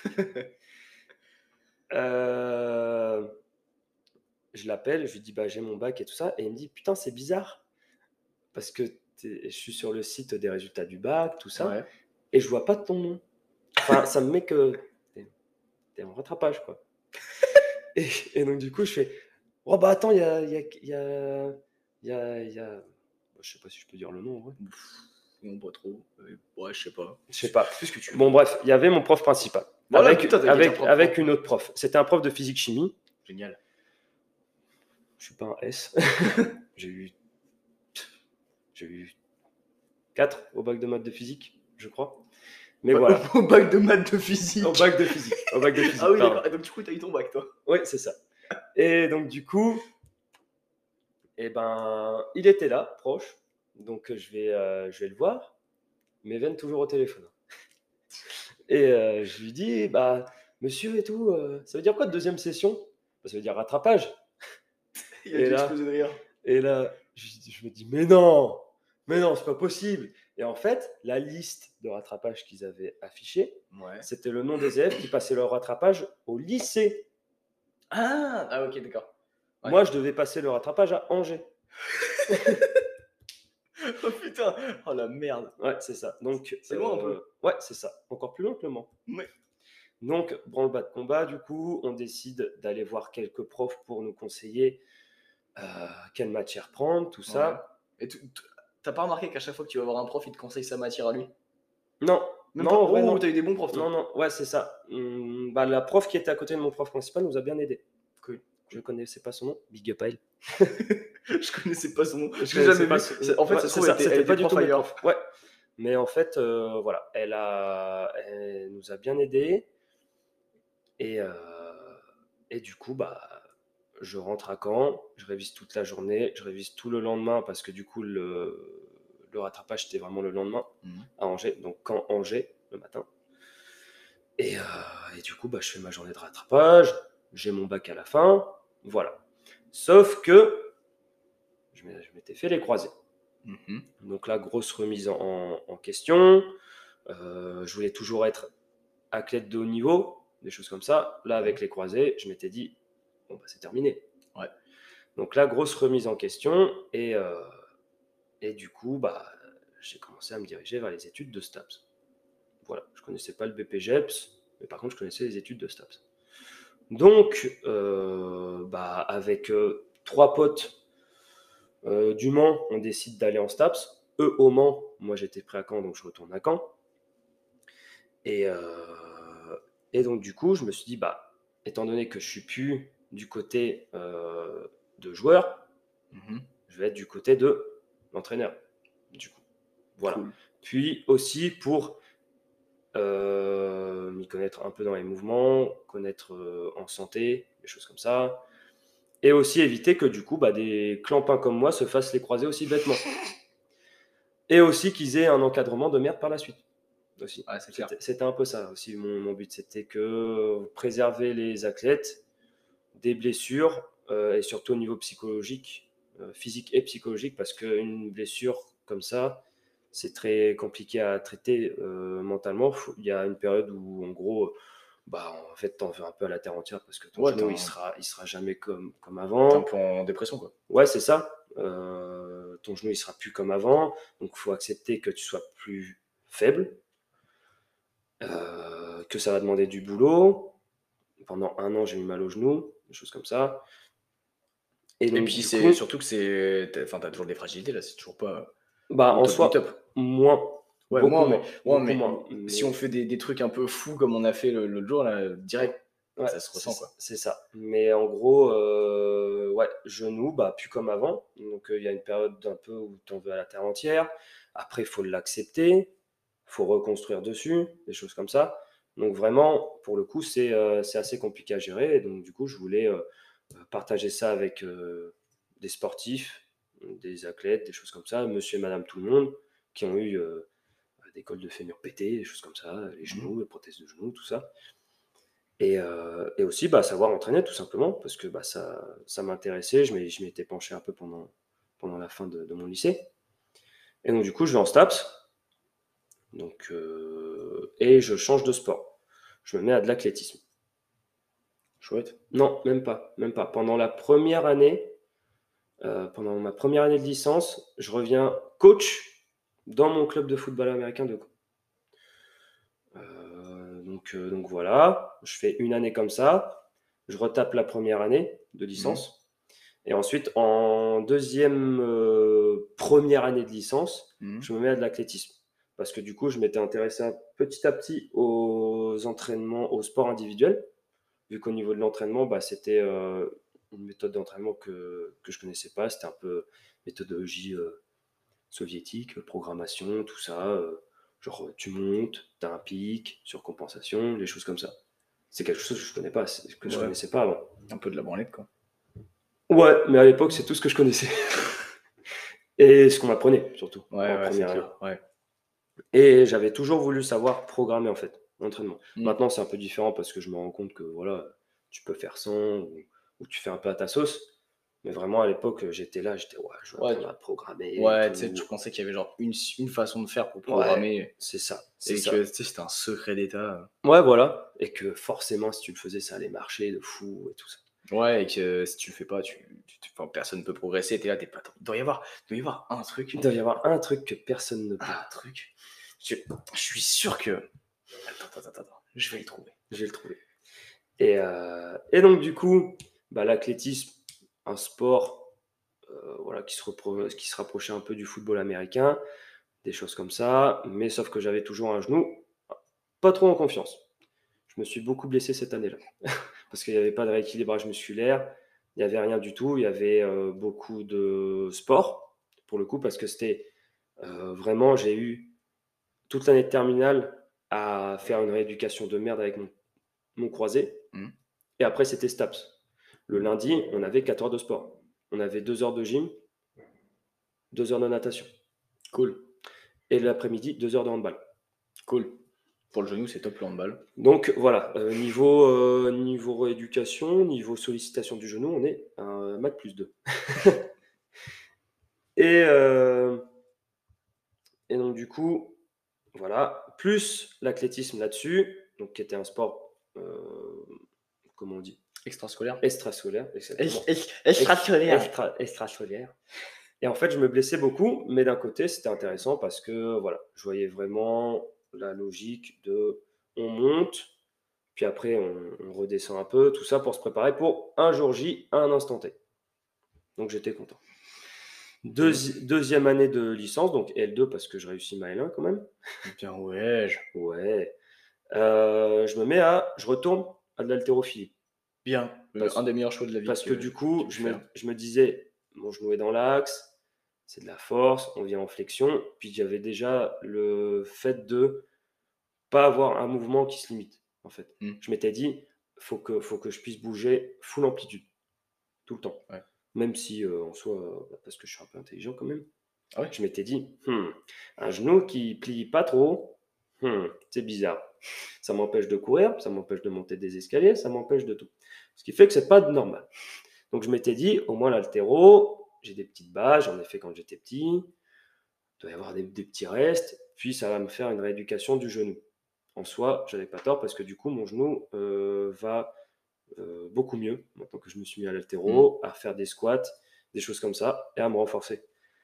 euh, je l'appelle, je lui dis, bah, j'ai mon bac et tout ça. Et il me dit, putain, c'est bizarre. Parce que je suis sur le site des résultats du bac, tout ça. Ouais. Et je vois pas ton nom. Enfin, ça me met que t'es, t'es en rattrapage, quoi. et, et donc, du coup, je fais, oh, bah, attends, il y a, il y a, il y a, il y a, il y a... Je sais pas si je peux dire le nom, en vrai. Non, pas trop. Euh, Ouais, je sais pas. Je sais pas. Fais ce que tu veux. Bon, bref, il y avait mon prof principal. Voilà, avec putain, t'as avec, dit un prof, avec prof. une autre prof. C'était un prof de physique-chimie. Génial. Je suis pas un S. j'ai eu j'ai eu quatre au bac de maths de physique, je crois. Mais Bah, voilà. Au bac de maths de physique. Au bac de physique. Au bac de physique. Ah oui, pardon. d'accord. Et donc, du coup, t'as eu ton bac, toi. Oui, c'est ça. Et donc, du coup, eh ben, il était là, proche. Donc, je vais, euh, je vais le voir. Mais Ven toujours au téléphone. Et euh, je lui dis, bah, monsieur et tout, euh, ça veut dire quoi de deuxième session? Bah, ça veut dire rattrapage. Il a Et dû là- exploser de rire. Et là, je, je me dis, mais non, mais non, c'est pas possible. Et en fait, la liste de rattrapage qu'ils avaient affichée, Ouais. c'était le nom des élèves qui passaient leur rattrapage au lycée. Ah, ah ok, d'accord. Ouais. Moi, je devais passer le rattrapage à Angers. Oh putain. Oh la merde. Ouais, c'est ça. Donc, C'est loin un peu. Ouais, c'est ça. Encore plus loin que le Mans. Ouais. Donc, branle-bas de combat, du coup, on décide d'aller voir quelques profs pour nous conseiller euh, quelle matière prendre, tout ça. Ouais. Et tu- tu- t'as pas remarqué qu'à chaque fois que tu vas voir un prof, il te conseille sa matière à lui? Non, Même non, pas. en vrai, Oh, non. t'as eu des bons profs, toi. Non, non, ouais, c'est ça. Hum, bah, la prof qui était à côté de mon prof principal nous a bien aidés. Cool. Je connaissais pas son nom. Big up à elle. Je connaissais pas son nom. Je l'ai connaissais jamais pas vu. son- C'est- En fait, Ouais, ça se c'est trouve, elle était, c'était elle était pas du prof tout mon ailleurs. prof. Ouais. Mais en fait, euh, voilà, elle, a, elle nous a bien aidés. Et, euh, et du coup, bah, je rentre à Caen, je révise toute la journée, je révise tout le lendemain parce que du coup, le, le rattrapage, c'était vraiment le lendemain Mhm. à Angers, donc Caen-Angers le matin. Et, euh, et du coup, bah, je fais ma journée de rattrapage, j'ai mon bac à la fin, voilà. Sauf que je m'ai- je m'étais fait les croisés. Mhm. Donc là, grosse remise en, en question. Euh, je voulais toujours être athlète de haut niveau, des choses comme ça. Là, avec Ouais. les croisés, je m'étais dit, bon, bah, c'est terminé. Ouais. Donc là, grosse remise en question. Et, euh, et du coup, bah, j'ai commencé à me diriger vers les études de STAPS. Voilà, je ne connaissais pas le B P G E P S, mais par contre, je connaissais les études de STAPS. Donc, euh, bah, avec euh, trois potes euh, du Mans, on décide d'aller en STAPS. Eux au Mans, moi j'étais prêt à Caen, donc je retourne à Caen. Et, euh, et donc, du coup, je me suis dit, bah, étant donné que je suis plus du côté euh, de joueur, Mhm. je vais être du côté de l'entraîneur. Du coup, voilà. Cool. Puis aussi pour euh, m'y connaître un peu dans les mouvements, connaître euh, en santé, des choses comme ça. Et aussi éviter que du coup, bah, des clampins comme moi se fassent les croiser aussi bêtement. Et aussi qu'ils aient un encadrement de merde par la suite. Aussi. Ouais, c'est clair. C'était, c'était un peu ça aussi mon, mon but. C'était que préserver les athlètes des blessures euh, et surtout au niveau psychologique, euh, physique et psychologique, parce qu'une blessure comme ça, c'est très compliqué à traiter euh, mentalement. Faut- Il y a une période où, en gros, bah, en fait, t'en veux un peu à la terre entière parce que ton Ouais, t'es genou, il un, sera, il sera jamais comme, comme t'es un avant. peu en dépression, quoi. Ouais, c'est ça. Euh, ton genou, il sera plus comme avant. Donc, il faut accepter que tu sois plus faible, euh, que ça va demander du boulot. Pendant un an, j'ai eu mal au genou, des choses comme ça. Et Et donc, puis, du c'est coup, surtout que c'est. t'as- Enfin, t'as toujours des fragilités, là, c'est toujours pas bah, au en top du soi, top. moins, Ouais, beaucoup moi, mais, moins, moi, beaucoup mais moins. si on Mais fait des, des trucs un peu fous comme on a fait le- l'autre jour, là, direct, ouais, ça se c'est ressent, quoi. c'est ça. Mais en gros, euh, ouais, genou, bah, plus comme avant. Donc, euh, il y a une période un peu où tu en veux à la terre entière. Après, il faut l'accepter. Il faut reconstruire dessus, des choses comme ça. Donc, vraiment, pour le coup, c'est euh, c'est assez compliqué à gérer. Et donc, du coup, je voulais euh, partager ça avec euh, des sportifs, des athlètes, des choses comme ça, monsieur et madame tout le monde, qui ont eu euh, des cols de fémur pétés, des choses comme ça, les Mhm. genoux, les prothèses de genoux, tout ça. Et, euh, et aussi bah, savoir entraîner tout simplement, parce que bah, ça, ça m'intéressait, je m'y je m'y étais penché un peu pendant, pendant la fin de, de mon lycée. Et donc du coup, je vais en STAPS, donc, euh, et je change de sport. Je me mets à de l'athlétisme. Chouette. Non, même pas, même pas. Pendant la première année, euh, pendant ma première année de licence, je reviens coach dans mon club de football américain de Caen. Euh, donc, euh, donc voilà, je fais une année comme ça, je retape la première année de Mhm. licence, et ensuite en deuxième euh, première année de licence, Mhm. je me mets à de l'athlétisme. Parce que du coup, je m'étais intéressé un- petit à petit aux entraînements, au sport individuel, vu qu'au niveau de l'entraînement, bah, c'était euh, une méthode d'entraînement que, que je connaissais pas, c'était un peu méthodologie euh, soviétique, programmation, tout ça. euh, genre, tu montes, tu as un pic, surcompensation, les choses comme ça. C'est quelque chose que je connais pas, c'est- que je Ouais, connaissais pas avant. un peu de la branlette, quoi. Ouais, mais à l'époque, c'est tout ce que je connaissais. Et ce qu'on m'apprenait, surtout, Ouais, en ouais, c'est première année. clair. Ouais. Et j'avais toujours voulu savoir programmer, en fait, l'entraînement. Mhm. Maintenant, c'est un peu différent parce que je me rends compte que, voilà, tu peux faire sans, ou, ou tu fais un peu à ta sauce. Mais vraiment, à l'époque, j'étais là, j'étais, ouais, je veux Ouais, apprendre à programmer et ouais, tu sais, tu tout. pensais qu'il y avait genre une, une façon de faire pour Ouais, programmer c'est ça, c'est et ça. que tu sais, c'était un secret d'État. Ouais, voilà. Et que forcément, si tu le faisais, ça allait marcher de fou et tout ça. Ouais, et que si tu le fais pas, tu, tu, tu- enfin, personne ne peut progresser. T'es là, t'es pas. Il doit y avoir, il doit y avoir un Il truc. doit y avoir un truc que personne ne peut. Un truc. Je, je suis sûr que. Attends, attends, attends, attends. Je vais le trouver. Je vais le trouver. Et, euh, et donc, du coup, bah, l'athlétisme, un sport euh, voilà, qui, se repro- qui se rapprochait un peu du football américain, des choses comme ça. Mais sauf que j'avais toujours un genou pas trop en confiance. Je me suis beaucoup blessé cette année-là. Parce qu'il n'y avait pas de rééquilibrage musculaire, il n'y avait rien du tout. Il y avait euh, beaucoup de sport, pour le coup, parce que c'était euh, vraiment, j'ai eu toute l'année de terminale à faire une rééducation de merde avec mon, mon croisé. Hmm. Et après, c'était STAPS. Le lundi, on avait quatre heures de sport. On avait deux heures de gym, deux heures de natation. Cool. Et l'après-midi, deux heures de handball. Cool. Pour le genou, c'est top le handball. Donc voilà, euh, niveau, euh, niveau rééducation, niveau sollicitation du genou, on est un Mac plus deux. et, euh, et donc du coup, voilà, plus l'athlétisme là-dessus, donc qui était un sport, euh, comment on dit, Extrascolaire. extrascolaire, exactement. Extrascolaire. Extra, extrascolaire. Et en fait, je me blessais beaucoup, mais d'un côté, c'était intéressant parce que voilà, je voyais vraiment la logique de on monte, puis après on, on redescend un peu, tout ça pour se préparer pour un jour J à un instant T. Donc j'étais content. Deuxi- deuxième année de licence, donc L deux parce que je réussis ma L un quand même. Bien ouais. je- Ouais. Euh, je me mets à, je retourne à de l'haltérophilie. Bien. Euh, Parce- un des meilleurs choix de la vie. Parce que du coup, tu je peux me, faire. je me disais, mon genou est dans l'axe, c'est de la force, on vient en flexion. Puis j'avais déjà le fait de pas avoir un mouvement qui se limite, en fait. Mm. Je m'étais dit, faut que, faut que je puisse bouger full amplitude, tout le temps. Ouais. Même si, euh, en soi, euh, parce que je suis un peu intelligent quand même, Ah ouais. je m'étais dit, hmm, un genou qui plie pas trop, hmm, c'est bizarre. Ça m'empêche de courir, ça m'empêche de monter des escaliers, ça m'empêche de tout. Ce qui fait que c'est pas normal. Donc je m'étais dit, au moins l'haltéro, j'ai des petites bases, j'en ai fait quand j'étais petit, il doit y avoir des, des petits restes, puis ça va me faire une rééducation du genou. En soi, j'avais pas tort parce que du coup, mon genou euh, va euh, beaucoup mieux maintenant que je me suis mis à l'haltéro, à faire des squats, des choses comme ça, et à me renforcer.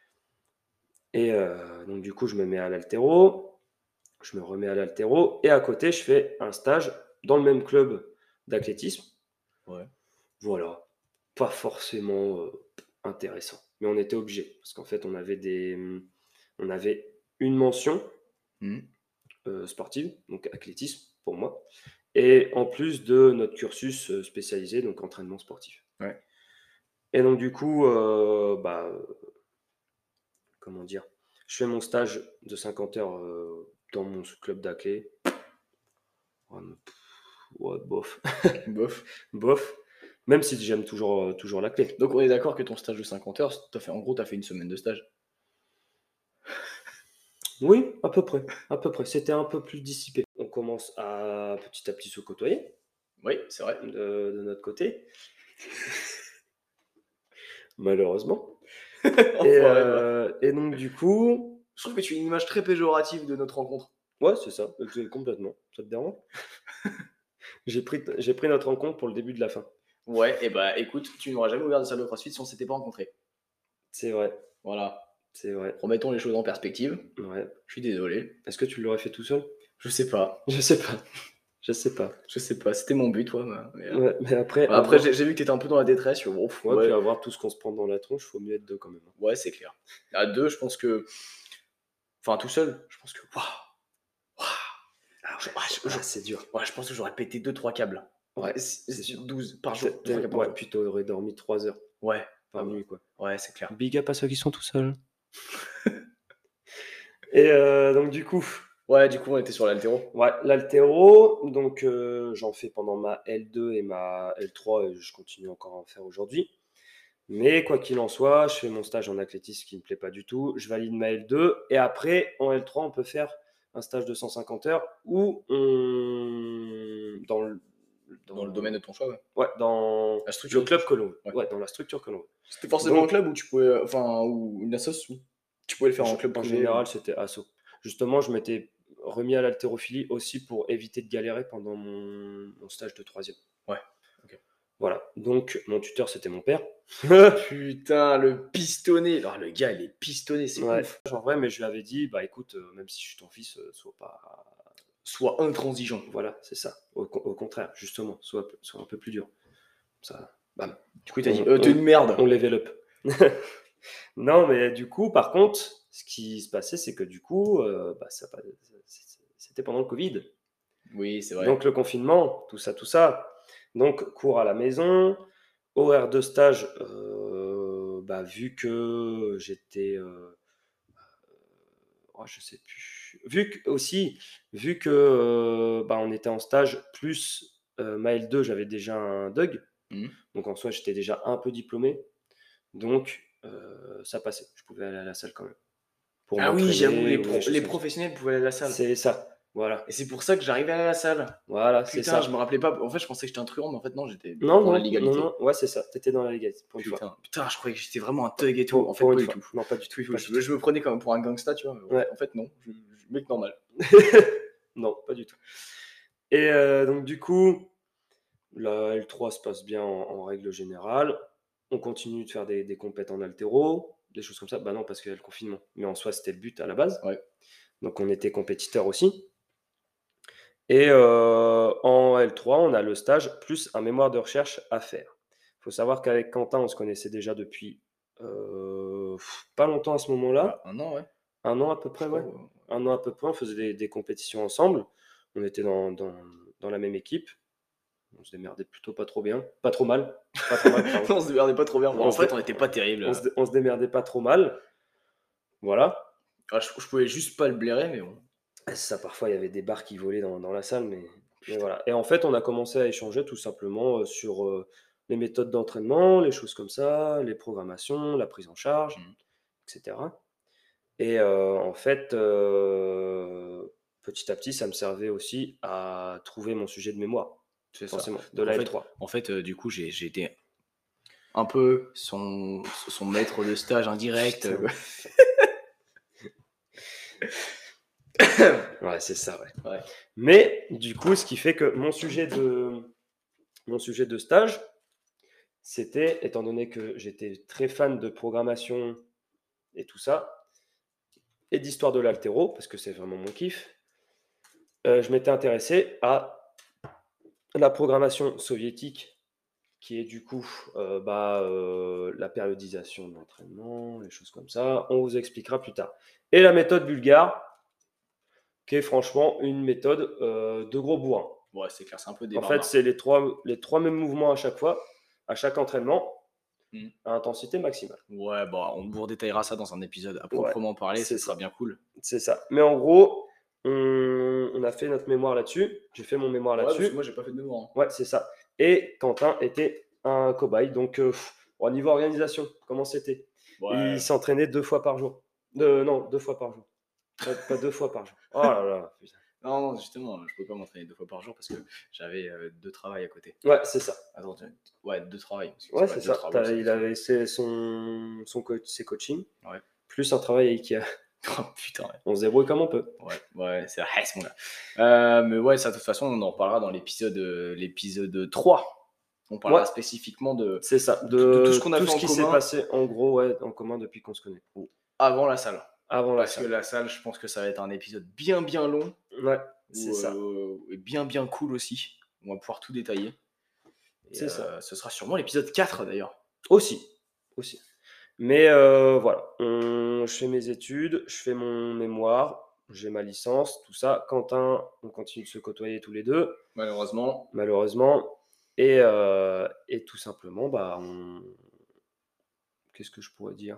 Et euh, donc du coup, je me mets à l'haltéro, je me remets à l'haltéro, et à côté, je fais un stage dans le même club d'athlétisme. Ouais. Voilà, pas forcément euh, intéressant, mais on était obligé parce qu'en fait, on avait des, on avait une mention Mm. euh, sportive, donc athlétisme pour moi, et en plus de notre cursus euh, spécialisé, donc entraînement sportif. Ouais. Et donc du coup, euh, bah, euh, comment dire, je fais mon stage de cinquante heures euh, dans mon club d'athlé. Ouais, mais, pff, ouais, bof, Bof. bof. Même si j'aime toujours, euh, toujours l'athlé. Donc on est d'accord que ton stage de cinquante heures, t'as fait, en gros, tu as fait une semaine de stage. Oui, à peu près, à peu près. C'était un peu plus dissipé. On commence à petit à petit se côtoyer Oui, c'est vrai. de, de notre côté. Malheureusement. et, Enfoiré, euh, et donc du coup, Je trouve que tu as une image très péjorative de notre rencontre. ouais, c'est ça, c'est complètement. Ça te dérange? J'ai pris, j'ai pris notre rencontre pour le début de la fin. Ouais, et bah écoute, tu n'auras jamais ouvert de salle de CrossFit si on s'était pas rencontrés. C'est vrai, Voilà. c'est vrai. Remettons les choses en perspective. Ouais. Je suis désolé. Est-ce que tu l'aurais fait tout seul? Je sais pas. Je sais pas. Je sais pas. Je sais pas. C'était mon but, ouais. Mais, euh, Ouais, mais après, bah, après, avoir- j'ai j'ai vu que t'étais un peu dans la détresse. Je suis, bon, pff, ouais, ouais, puis avoir tout ce qu'on se prend dans la tronche, faut mieux être deux quand même. ouais, c'est clair. À deux, je pense que. Enfin, tout seul, je pense que. Waouh! Waouh! Ah Je- ouais, ah, je- je- ah, c'est dur. Ouais, je pense que j'aurais pété deux trois câbles. Ouais, c'est c'est sûr. douze par jour. deux trois câbles par Ouais, jour. puis t'aurais dormi trois heures Ouais. par Ah, nuit, quoi. ouais, c'est clair. Big up à ceux qui sont tout seuls. Et euh, donc du coup, Ouais, du coup, on était sur l'altéro. ouais, l'haltéro, donc euh, j'en fais pendant ma L deux et ma L trois et je continue encore à en faire aujourd'hui. Mais quoi qu'il en soit, je fais mon stage en athlétisme qui me plaît pas du tout, je valide ma L deux et après en L trois on peut faire un stage de cent cinquante heures où on dans le Dans le domaine de ton choix, ouais. ouais, dans La structure le de club ton que l'on veut. Ouais. Ouais, dans la structure que l'on veut. C'était forcément Donc- un club où tu pouvais. Enfin, ou une assoce où tu pouvais le faire en En- club en privé. général, c'était asso. Justement, je m'étais remis à l'haltérophilie aussi pour éviter de galérer pendant mon, mon stage de troisième. Ouais, ok. Voilà. Donc, mon tuteur, c'était mon père. Putain, le pistonné. Alors, le gars, il est pistonné, c'est Ouais. ouf. En vrai, mais je lui avais dit, bah écoute, euh, même si je suis ton fils, euh, sois pas. Soit intransigeant. Voilà, c'est ça. Au, co- au contraire, justement, sois, sois un peu plus dur. Ça, bam. Du coup, il t'a dit, On- euh, t'es on- une merde. On level up. Non, mais du coup, par contre, ce qui se passait, c'est que du coup, euh, bah, ça, c'était pendant le Covid. Oui, c'est vrai. Donc le confinement, tout ça, tout ça. Donc cours à la maison, horaire de stage, euh, bah, vu que j'étais, euh, oh, je sais plus, vu que aussi, vu que euh, bah, on était en stage plus euh, ma L deux, j'avais déjà un D U G. Mmh. Donc en soi, j'étais déjà un peu diplômé. Donc euh, ça passait. Je pouvais aller à la salle quand même. Pour Ah oui, j'avoue, m'entraîner les, ou pro- des choses les comme ça. professionnels pouvaient aller à la salle. C'est ça. Voilà. Et c'est pour ça que j'arrivais à la salle. Voilà, c'est Putain, je ça. me rappelais pas. En fait, je pensais que j'étais un truand, mais en fait, non, j'étais Non, dans la non, non, légalité. non. Ouais, c'est ça. T'étais dans la légalité pour une fois. Putain, putain, je croyais que j'étais vraiment un thug et tout. Pour, En fait, pour pas une du fois. tout. Non, pas du tout. Oui, pas je, du tout. je me prenais comme pour un gangsta, tu vois. Ouais. En fait, non. Je, je, mec normal. Non, pas du tout. Et euh, donc, du coup, la L trois se passe bien en, en règle générale. On continue de faire des, des compètes en haltéro, des choses comme ça. Bah non, parce qu'il y a le confinement. Mais en soi, c'était le but à la base. Ouais. Donc, on était compétiteurs aussi. Et euh, en L trois, on a le stage plus un mémoire de recherche à faire. Il faut savoir qu'avec Quentin, on se connaissait déjà depuis euh, pas longtemps à ce moment-là. Bah, un an, ouais. Un an à peu près, Je ouais. crois, ouais. Un an à peu près, on faisait des, des compétitions ensemble. On était dans, dans, dans la même équipe. On se démerdait plutôt pas trop bien. Pas trop mal. Pas trop mal, pardon. On se démerdait pas trop bien. Bon, On en se fait, dé- on était pas terrible. On se, dé- on se démerdait pas trop mal. Voilà. Ah, je, je pouvais juste pas le blairer, mais bon. Et ça, parfois, il y avait des barres qui volaient dans, dans la salle, mais, mais Putain. voilà. Et en fait, on a commencé à échanger tout simplement euh, sur euh, les méthodes d'entraînement, les choses comme ça, les programmations, la prise en charge, Mhm. et cetera. Et euh, en fait, euh, petit à petit, ça me servait aussi à trouver mon sujet de mémoire, C'est ça. forcément, de Donc, en la fait, L trois. en fait euh, du coup, j'ai j'ai été un peu son, son maître de stage indirect. Putain. euh. Ouais, c'est ça, ouais. Ouais. Mais du coup, ce qui fait que mon sujet de, mon sujet de stage, c'était, étant donné que j'étais très fan de programmation et tout ça, et d'histoire de l'altéro, parce que c'est vraiment mon kiff, euh, je m'étais intéressé à la programmation soviétique, qui est du coup euh, bah, euh, la périodisation de l'entraînement, les choses comme ça. On vous expliquera plus tard. Et la méthode bulgare, qui est franchement une méthode euh, de gros bourrin. Ouais, c'est clair, c'est un peu des En fait, barbares. c'est les trois, les trois mêmes mouvements à chaque fois, à chaque entraînement, Mm. à intensité maximale. Ouais, bah, on vous redétaillera ça dans un épisode à proprement Ouais, parler, c'est ça sera ça. bien cool. C'est ça. Mais en gros, on, on a fait notre mémoire là-dessus. J'ai fait mon mémoire Ouais, parce là-dessus. que moi, j'ai pas fait de mémoire. Hein. Ouais, c'est ça. Et Quentin était un cobaye. Donc, euh, au niveau organisation, comment c'était Ouais. Il s'entraînait deux fois par jour. De, non, deux fois par jour. Pas, pas deux fois par jour. Oh là là, putain. Non, non, justement, je peux pas m'entraîner deux fois par jour parce que j'avais euh, deux travails à côté. Ouais, c'est ça. Attends, ouais, deux travails. Ouais, c'est ça. T'as, il avait ses, son, son co- ses coachings, ouais. plus un travail à Ikea. Oh putain, ouais. On se débrouille comme on peut. Ouais, ouais, c'est la haisse, mon gars. Euh, mais ouais, ça, de toute façon, on en reparlera dans l'épisode, euh, l'épisode trois. On parlera Ouais. spécifiquement de, C'est ça. De, de, de tout ce qu'on a tout fait ce en qui commun s'est passé en gros ouais, en commun depuis qu'on se connaît. avant la salle. Avant la Parce salle. que la salle, je pense que ça va être un épisode bien, bien long. Ouais, c'est ou, ça. Euh, et bien, bien cool aussi. On va pouvoir tout détailler. Et, C'est euh, ça. Ce sera sûrement l'épisode quatre d'ailleurs. Aussi. Aussi. Mais euh, voilà, on, je fais mes études, je fais mon mémoire, j'ai ma licence, tout ça. Quentin, on continue de se côtoyer tous les deux. Malheureusement. Malheureusement. Et, euh, et tout simplement, bah, on... qu'est-ce que je pourrais dire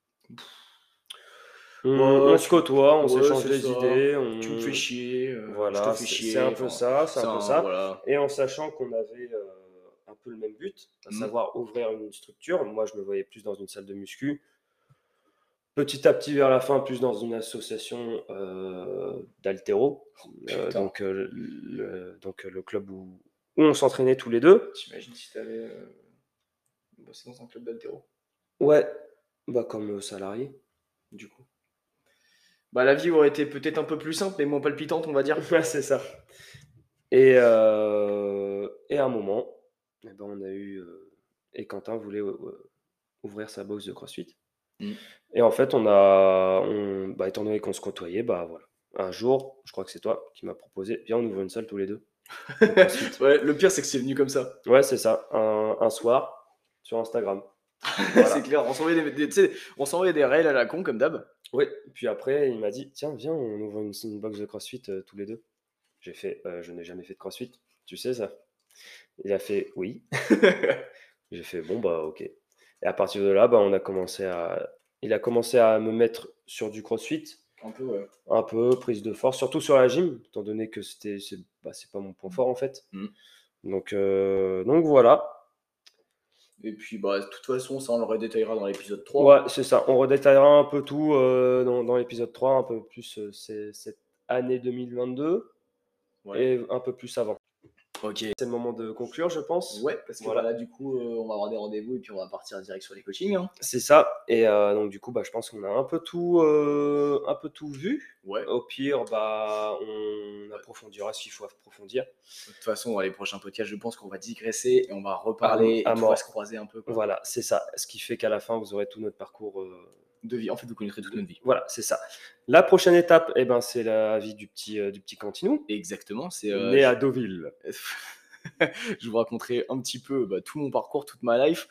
On, Ouais, on se côtoie, on ouais, s'échange c'est des ça. idées. On... Tu me fais chier. euh, Voilà, je te fais c'est chier. c'est un peu enfin, ça, c'est un peu ça. Voilà. Et en sachant qu'on avait euh, un peu le même but, à Mhm. savoir ouvrir une structure. Moi, je me voyais plus dans une salle de muscu. Petit à petit, vers la fin, plus dans une association euh, d'haltéro. Euh, Putain. donc, euh, le, donc, euh, le club où, où on s'entraînait tous les deux. T'imagines si t'avais euh, bossé dans un club d'haltéro. Ouais, bah, comme euh, salarié, du coup. Bah, la vie aurait été peut-être un peu plus simple, mais moins palpitante, on va dire. Ouais, c'est ça. Et, euh, et à un moment, eh ben, on a eu. Euh, et Quentin voulait euh, ouvrir sa box de CrossFit. Mm. Et en fait, on a. On, bah, étant donné qu'on se côtoyait, bah voilà. Un jour, je crois que c'est toi qui m'as proposé, viens, on ouvre une salle tous les deux. Ouais, le pire, c'est que c'est venu comme ça. Ouais, c'est ça. Un, un soir, sur Instagram. Voilà. C'est clair, on s'envoyait des, des, tu sais, on s'envoyait des rails à la con, comme d'hab. Oui, puis après, il m'a dit, tiens, viens, on ouvre une, une box de CrossFit euh, tous les deux. J'ai fait, euh, je n'ai jamais fait de CrossFit, tu sais ça. Il a fait, oui. J'ai fait, bon, bah, ok. Et à partir de là, bah, on a commencé à... il a commencé à me mettre sur du CrossFit. Un peu, ouais. Un peu, prise de force, surtout sur la gym, étant donné que c'était, c'est, bah, c'est pas mon point fort en fait. Mm. Donc, euh, donc voilà. Et puis, bah, de toute façon, ça, on le redétaillera dans l'épisode trois. Ouais, c'est ça. On redétaillera un peu tout euh, dans, dans l'épisode trois, un peu plus euh, c'est- cette année deux mille vingt-deux Ouais. et un peu plus avant. Ok. C'est le moment de conclure, je pense. Ouais, parce que Voilà. voilà, du coup, euh, on va avoir des rendez-vous et puis on va partir direct sur les coachings. Hein. C'est ça. Et euh, donc, du coup, bah, je pense qu'on a un peu tout, euh, un peu tout vu. Ouais. Au pire, bah, on approfondira s'il faut approfondir. De toute façon, dans les prochains podcasts, je pense qu'on va digresser et on va reparler À- à et tout va mort. se croiser un peu. Quoi. Voilà, c'est ça. Ce qui fait qu'à la fin, vous aurez tout notre parcours euh, De vie. En fait, vous connaîtrez toute notre vie. Voilà, c'est ça. La prochaine étape, eh ben, c'est la vie du petit, euh, du petit Cantinou, Exactement. C'est euh, né je- à Deauville. je vous raconterai un petit peu bah, tout mon parcours, toute ma life.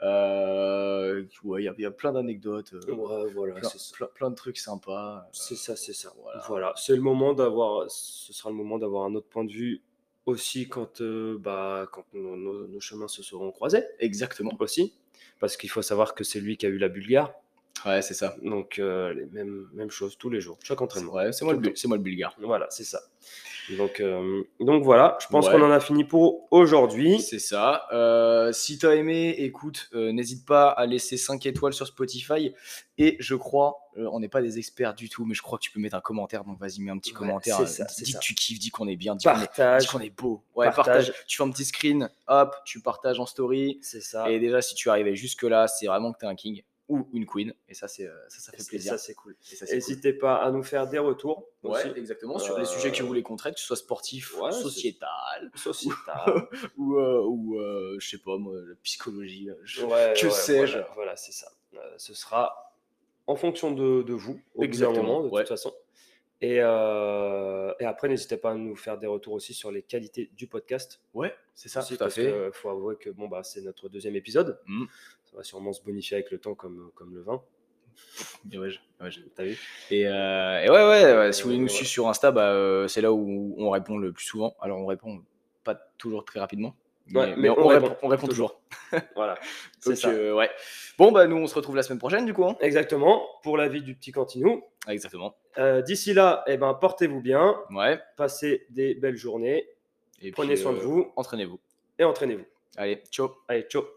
Euh, ouais, il y, a- il y a plein d'anecdotes, euh, Ouais, voilà, plein, c'est ça. plein- plein de trucs sympas. euh, C'est ça, c'est ça. Voilà. Voilà, c'est le moment d'avoir, ce sera le moment d'avoir un autre point de vue aussi quand, euh, bah, quand nos, nos- nos chemins se seront croisés Exactement. aussi, parce qu'il faut savoir que c'est lui qui a eu la Bulgare, Ouais, c'est ça. donc euh, les mêmes, mêmes choses tous les jours, chaque entraînement. Ouais, c'est moi, Tout le le Bul- c'est moi le bulgare. Voilà, c'est ça. Donc, euh, donc voilà, je pense Ouais. qu'on en a fini pour aujourd'hui. C'est ça. Euh, si t'as aimé, écoute, euh, n'hésite pas à laisser cinq étoiles sur Spotify. Et je crois, euh, on n'est pas des experts du tout, mais je crois que tu peux mettre un commentaire. Donc vas-y, mets un petit Ouais, commentaire. c'est euh, ça, dis c'est dis ça. que tu kiffes, dis qu'on est bien, dis qu'on est, dis Partage, qu'on est beau. Ouais, Partage. partage. Tu fais un petit screen, hop, tu partages en story. c'est ça. Et déjà, si tu arrives jusque-là, c'est vraiment que t'es un king ou une queen. Et ça, c'est, euh, ça, ça fait Et plaisir. ça, c'est cool. Et ça, c'est cool. N'hésitez pas à nous faire des retours Ouais, aussi. exactement. Sur Euh, les sujets que vous voulez qu'on traite, que ce soit sportif, Ouais, c'est- sociétal, Sociétal. ou, euh, ou euh, je sais pas moi, la psychologie, euh, je- Ouais, que ouais, sais-je. Voilà, voilà, c'est ça. Euh, ce sera en fonction de, de vous, au bout d'un Exactement, moment, de ouais. toute façon. Et, euh, et après, n'hésitez pas à nous faire des retours aussi sur les qualités du podcast. Ouais, c'est ça, Aussi, tout à parce fait. qu'il faut avouer que bon, bah, c'est notre deuxième épisode. Mm. Ça va sûrement se bonifier avec le temps, comme, comme le vin. Et ouais, je- ouais, je- T'as vu? Et, euh, et ouais, ouais, ouais, si vous voulez nous ouais. suivre sur Insta, bah, euh, c'est là où on répond le plus souvent. Alors on répond pas toujours très rapidement, mais, Ouais, mais mais on, on on répond, répond on répond toujours. Voilà, c'est Donc ça. euh, ouais. Bon bah nous on se retrouve la semaine prochaine du coup. Hein. Exactement, pour la vie du petit Cantinou. Exactement. Euh, D'ici là, eh ben, portez-vous bien, Ouais. passez des belles journées, Et prenez puis, soin euh, de vous entraînez-vous. et entraînez-vous. Allez, ciao. Allez, ciao.